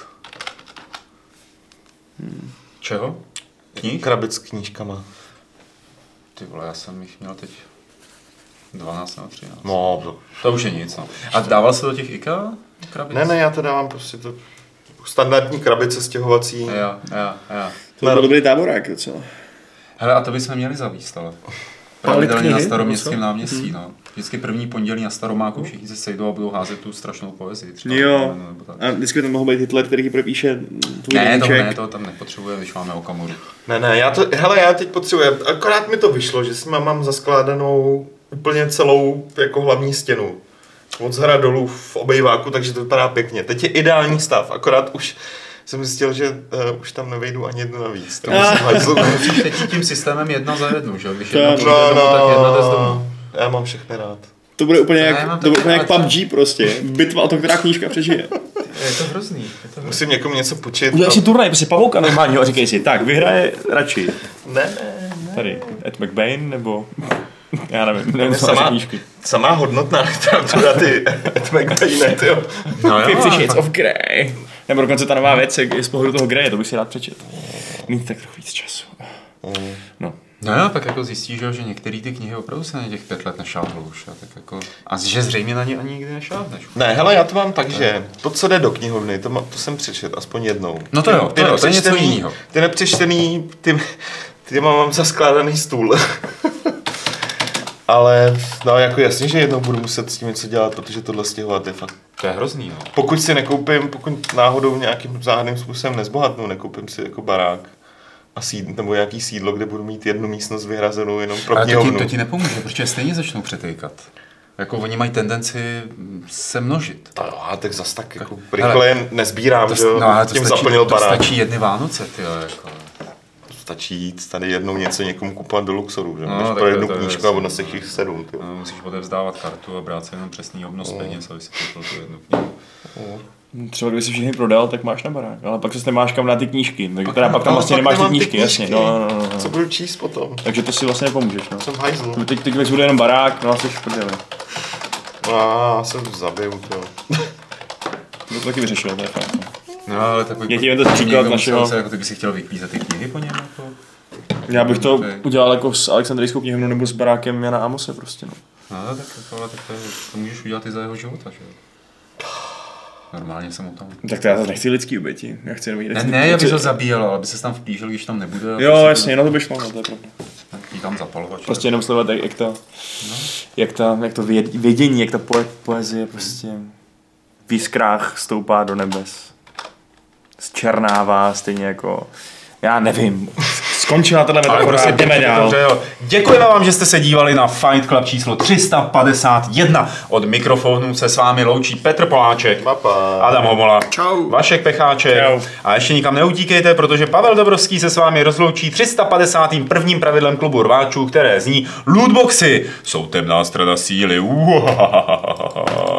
Speaker 1: Čeho? Knih?
Speaker 2: Krabic s knížkama.
Speaker 1: Ty vole, já jsem jich měl teď 12 nebo 13.
Speaker 2: No,
Speaker 1: to už je nic, no. A dával se do těch IKEA krabic?
Speaker 2: Ne, já to dávám prostě to standardní krabice stěhovací.
Speaker 1: Jo.
Speaker 4: To byl dobrý táborák docela.
Speaker 1: Hele, a to bychom měli zavíst, ale. Pravidelně na Staroměstském náměstí, no. Vždycky první pondělí na Staromáku všichni se sejdou a budou házet tu strašnou poezii. Třeba,
Speaker 4: jo, a vždycky tam mohl být Hitler, který propíše tvůj
Speaker 1: Ne, to tam nepotřebuje, když máme Okamuru.
Speaker 2: Ne, já teď potřebuji, akorát mi to vyšlo, že si mám zaskládanou úplně celou jako hlavní stěnu. Od zhora dolů v obejváku, takže to vypadá pěkně. Teď je ideální stav, akorát už jsem zjistil, že už tam nevejdu ani jednu navíc.
Speaker 1: Musíš teď tím systémem jedna za jednu, že? Když jedna přijde domů, tak jedna jde z domu.
Speaker 2: Já mám všechny rád.
Speaker 4: To bude úplně jak PUBG prostě. Bitva o to, která knížka přežije.
Speaker 1: Je to hrozný.
Speaker 2: Musím někomu něco počít.
Speaker 4: Udělej si turnaj, prostě pavouka normálního a říkej si, tak, vyhraje radši.
Speaker 2: Ne.
Speaker 4: Tady, Ed McBain, nebo... Já nevím
Speaker 2: samá hodnotná literatura, ty Ed McBain, ty jo.
Speaker 4: No, 50 Shades of Grey. Nebo dokonce ta nová věc je z pohledu toho Greje, to bych si rád přečet. Mít tak trochu víc času. No.
Speaker 1: No jo, pak jako zjistíš, že některé ty knihy opravdu se na těch 5 let nešáhnou už. A že zřejmě na ně ani nikdy nešáhneš.
Speaker 2: Ne, hele, já to mám tak, že to, co jde do knihovny, to jsem přečet aspoň jednou.
Speaker 1: No to jo, to je něco jiného.
Speaker 2: Ty nepřečtený, ty mám zaskládaný stůl. Ale no jako jasně, že jednou budu muset s tím něco dělat, protože tohle stěhovat je fakt...
Speaker 1: To je hrozný, no.
Speaker 2: Pokud náhodou nějakým záhadným způsobem nezbohatnu, nekoupím si jako barák, nebo nějaký sídlo, kde budu mít jednu místnost vyhrazenou jenom pro
Speaker 1: Ale
Speaker 2: knihovnu.
Speaker 1: to ti nepomůže, protože stejně začnou přetejkat. Jako oni mají tendenci se množit.
Speaker 2: A tak zas tak jako rychle jen nezbírám, že jo, tím
Speaker 1: stačí,
Speaker 2: zaplnil barák.
Speaker 1: To stačí jedny Vánoce, tyjo, jako.
Speaker 2: Stačí jít tady jednou něco někomu kupovat do Luxoru, že?
Speaker 1: No,
Speaker 2: pro jednu knížku a odnosíš jich 7.
Speaker 1: No, musíš odevzdávat kartu a brát si jenom přesný obnos peněz, aby si koupil tu jednu knihu.
Speaker 4: Třeba kdyby si všechny prodal, tak máš na barák, ale pak se nemáš kam na ty knížky, teda pak tam vlastně nemáš ty knížky, jasně. No.
Speaker 2: Co budu číst potom?
Speaker 4: Takže to si vlastně nepomůžeš, no.
Speaker 2: Jsem hajzl.
Speaker 4: Teď bude jenom barák, no a jsi v prdeli.
Speaker 2: Já se zabiju, to.
Speaker 4: To taky vyřešil, to je fakt.
Speaker 1: No, ale takový...
Speaker 4: Je tím to příklad našeho...
Speaker 1: Jako ty bys si chtěl vyklízet ty knihy po něm, jako...
Speaker 4: Já bych to udělal jako s Alexandrijskou knihovnou nebo s barákem Jana Amose prostě, no.
Speaker 1: No, tak to můžeš udělat i za jeho života, že jo? Normálně jsem o tom.
Speaker 4: Tak to já zase nechci lidský oběti. Já chci jenom
Speaker 1: Ne, já bych ho zabíjel, ale aby se tam vplížil, když tam nebude.
Speaker 4: Jo, jasně, no to by šlo, no, to je pravda.
Speaker 1: Jí tam zapalovat.
Speaker 4: Prostě jenom sledovat, jak to vědění, jak ta poezie prostě v jiskrách stoupá do nebes. Zčernává stejně jako, já nevím. Skončila tato metafora, jdeme dál.
Speaker 1: Děkujeme vám, že jste se dívali na Fight Club číslo 351. Od mikrofonu se s vámi loučí Petr Poláček, Adam Homola,
Speaker 3: Čau.
Speaker 1: Vašek Pecháček.
Speaker 4: Čau.
Speaker 1: A ještě nikam neutíkejte, protože Pavel Dobrovský se s vámi rozloučí 351. pravidlem klubu rváčů, které zní: lootboxy jsou temná strana síly.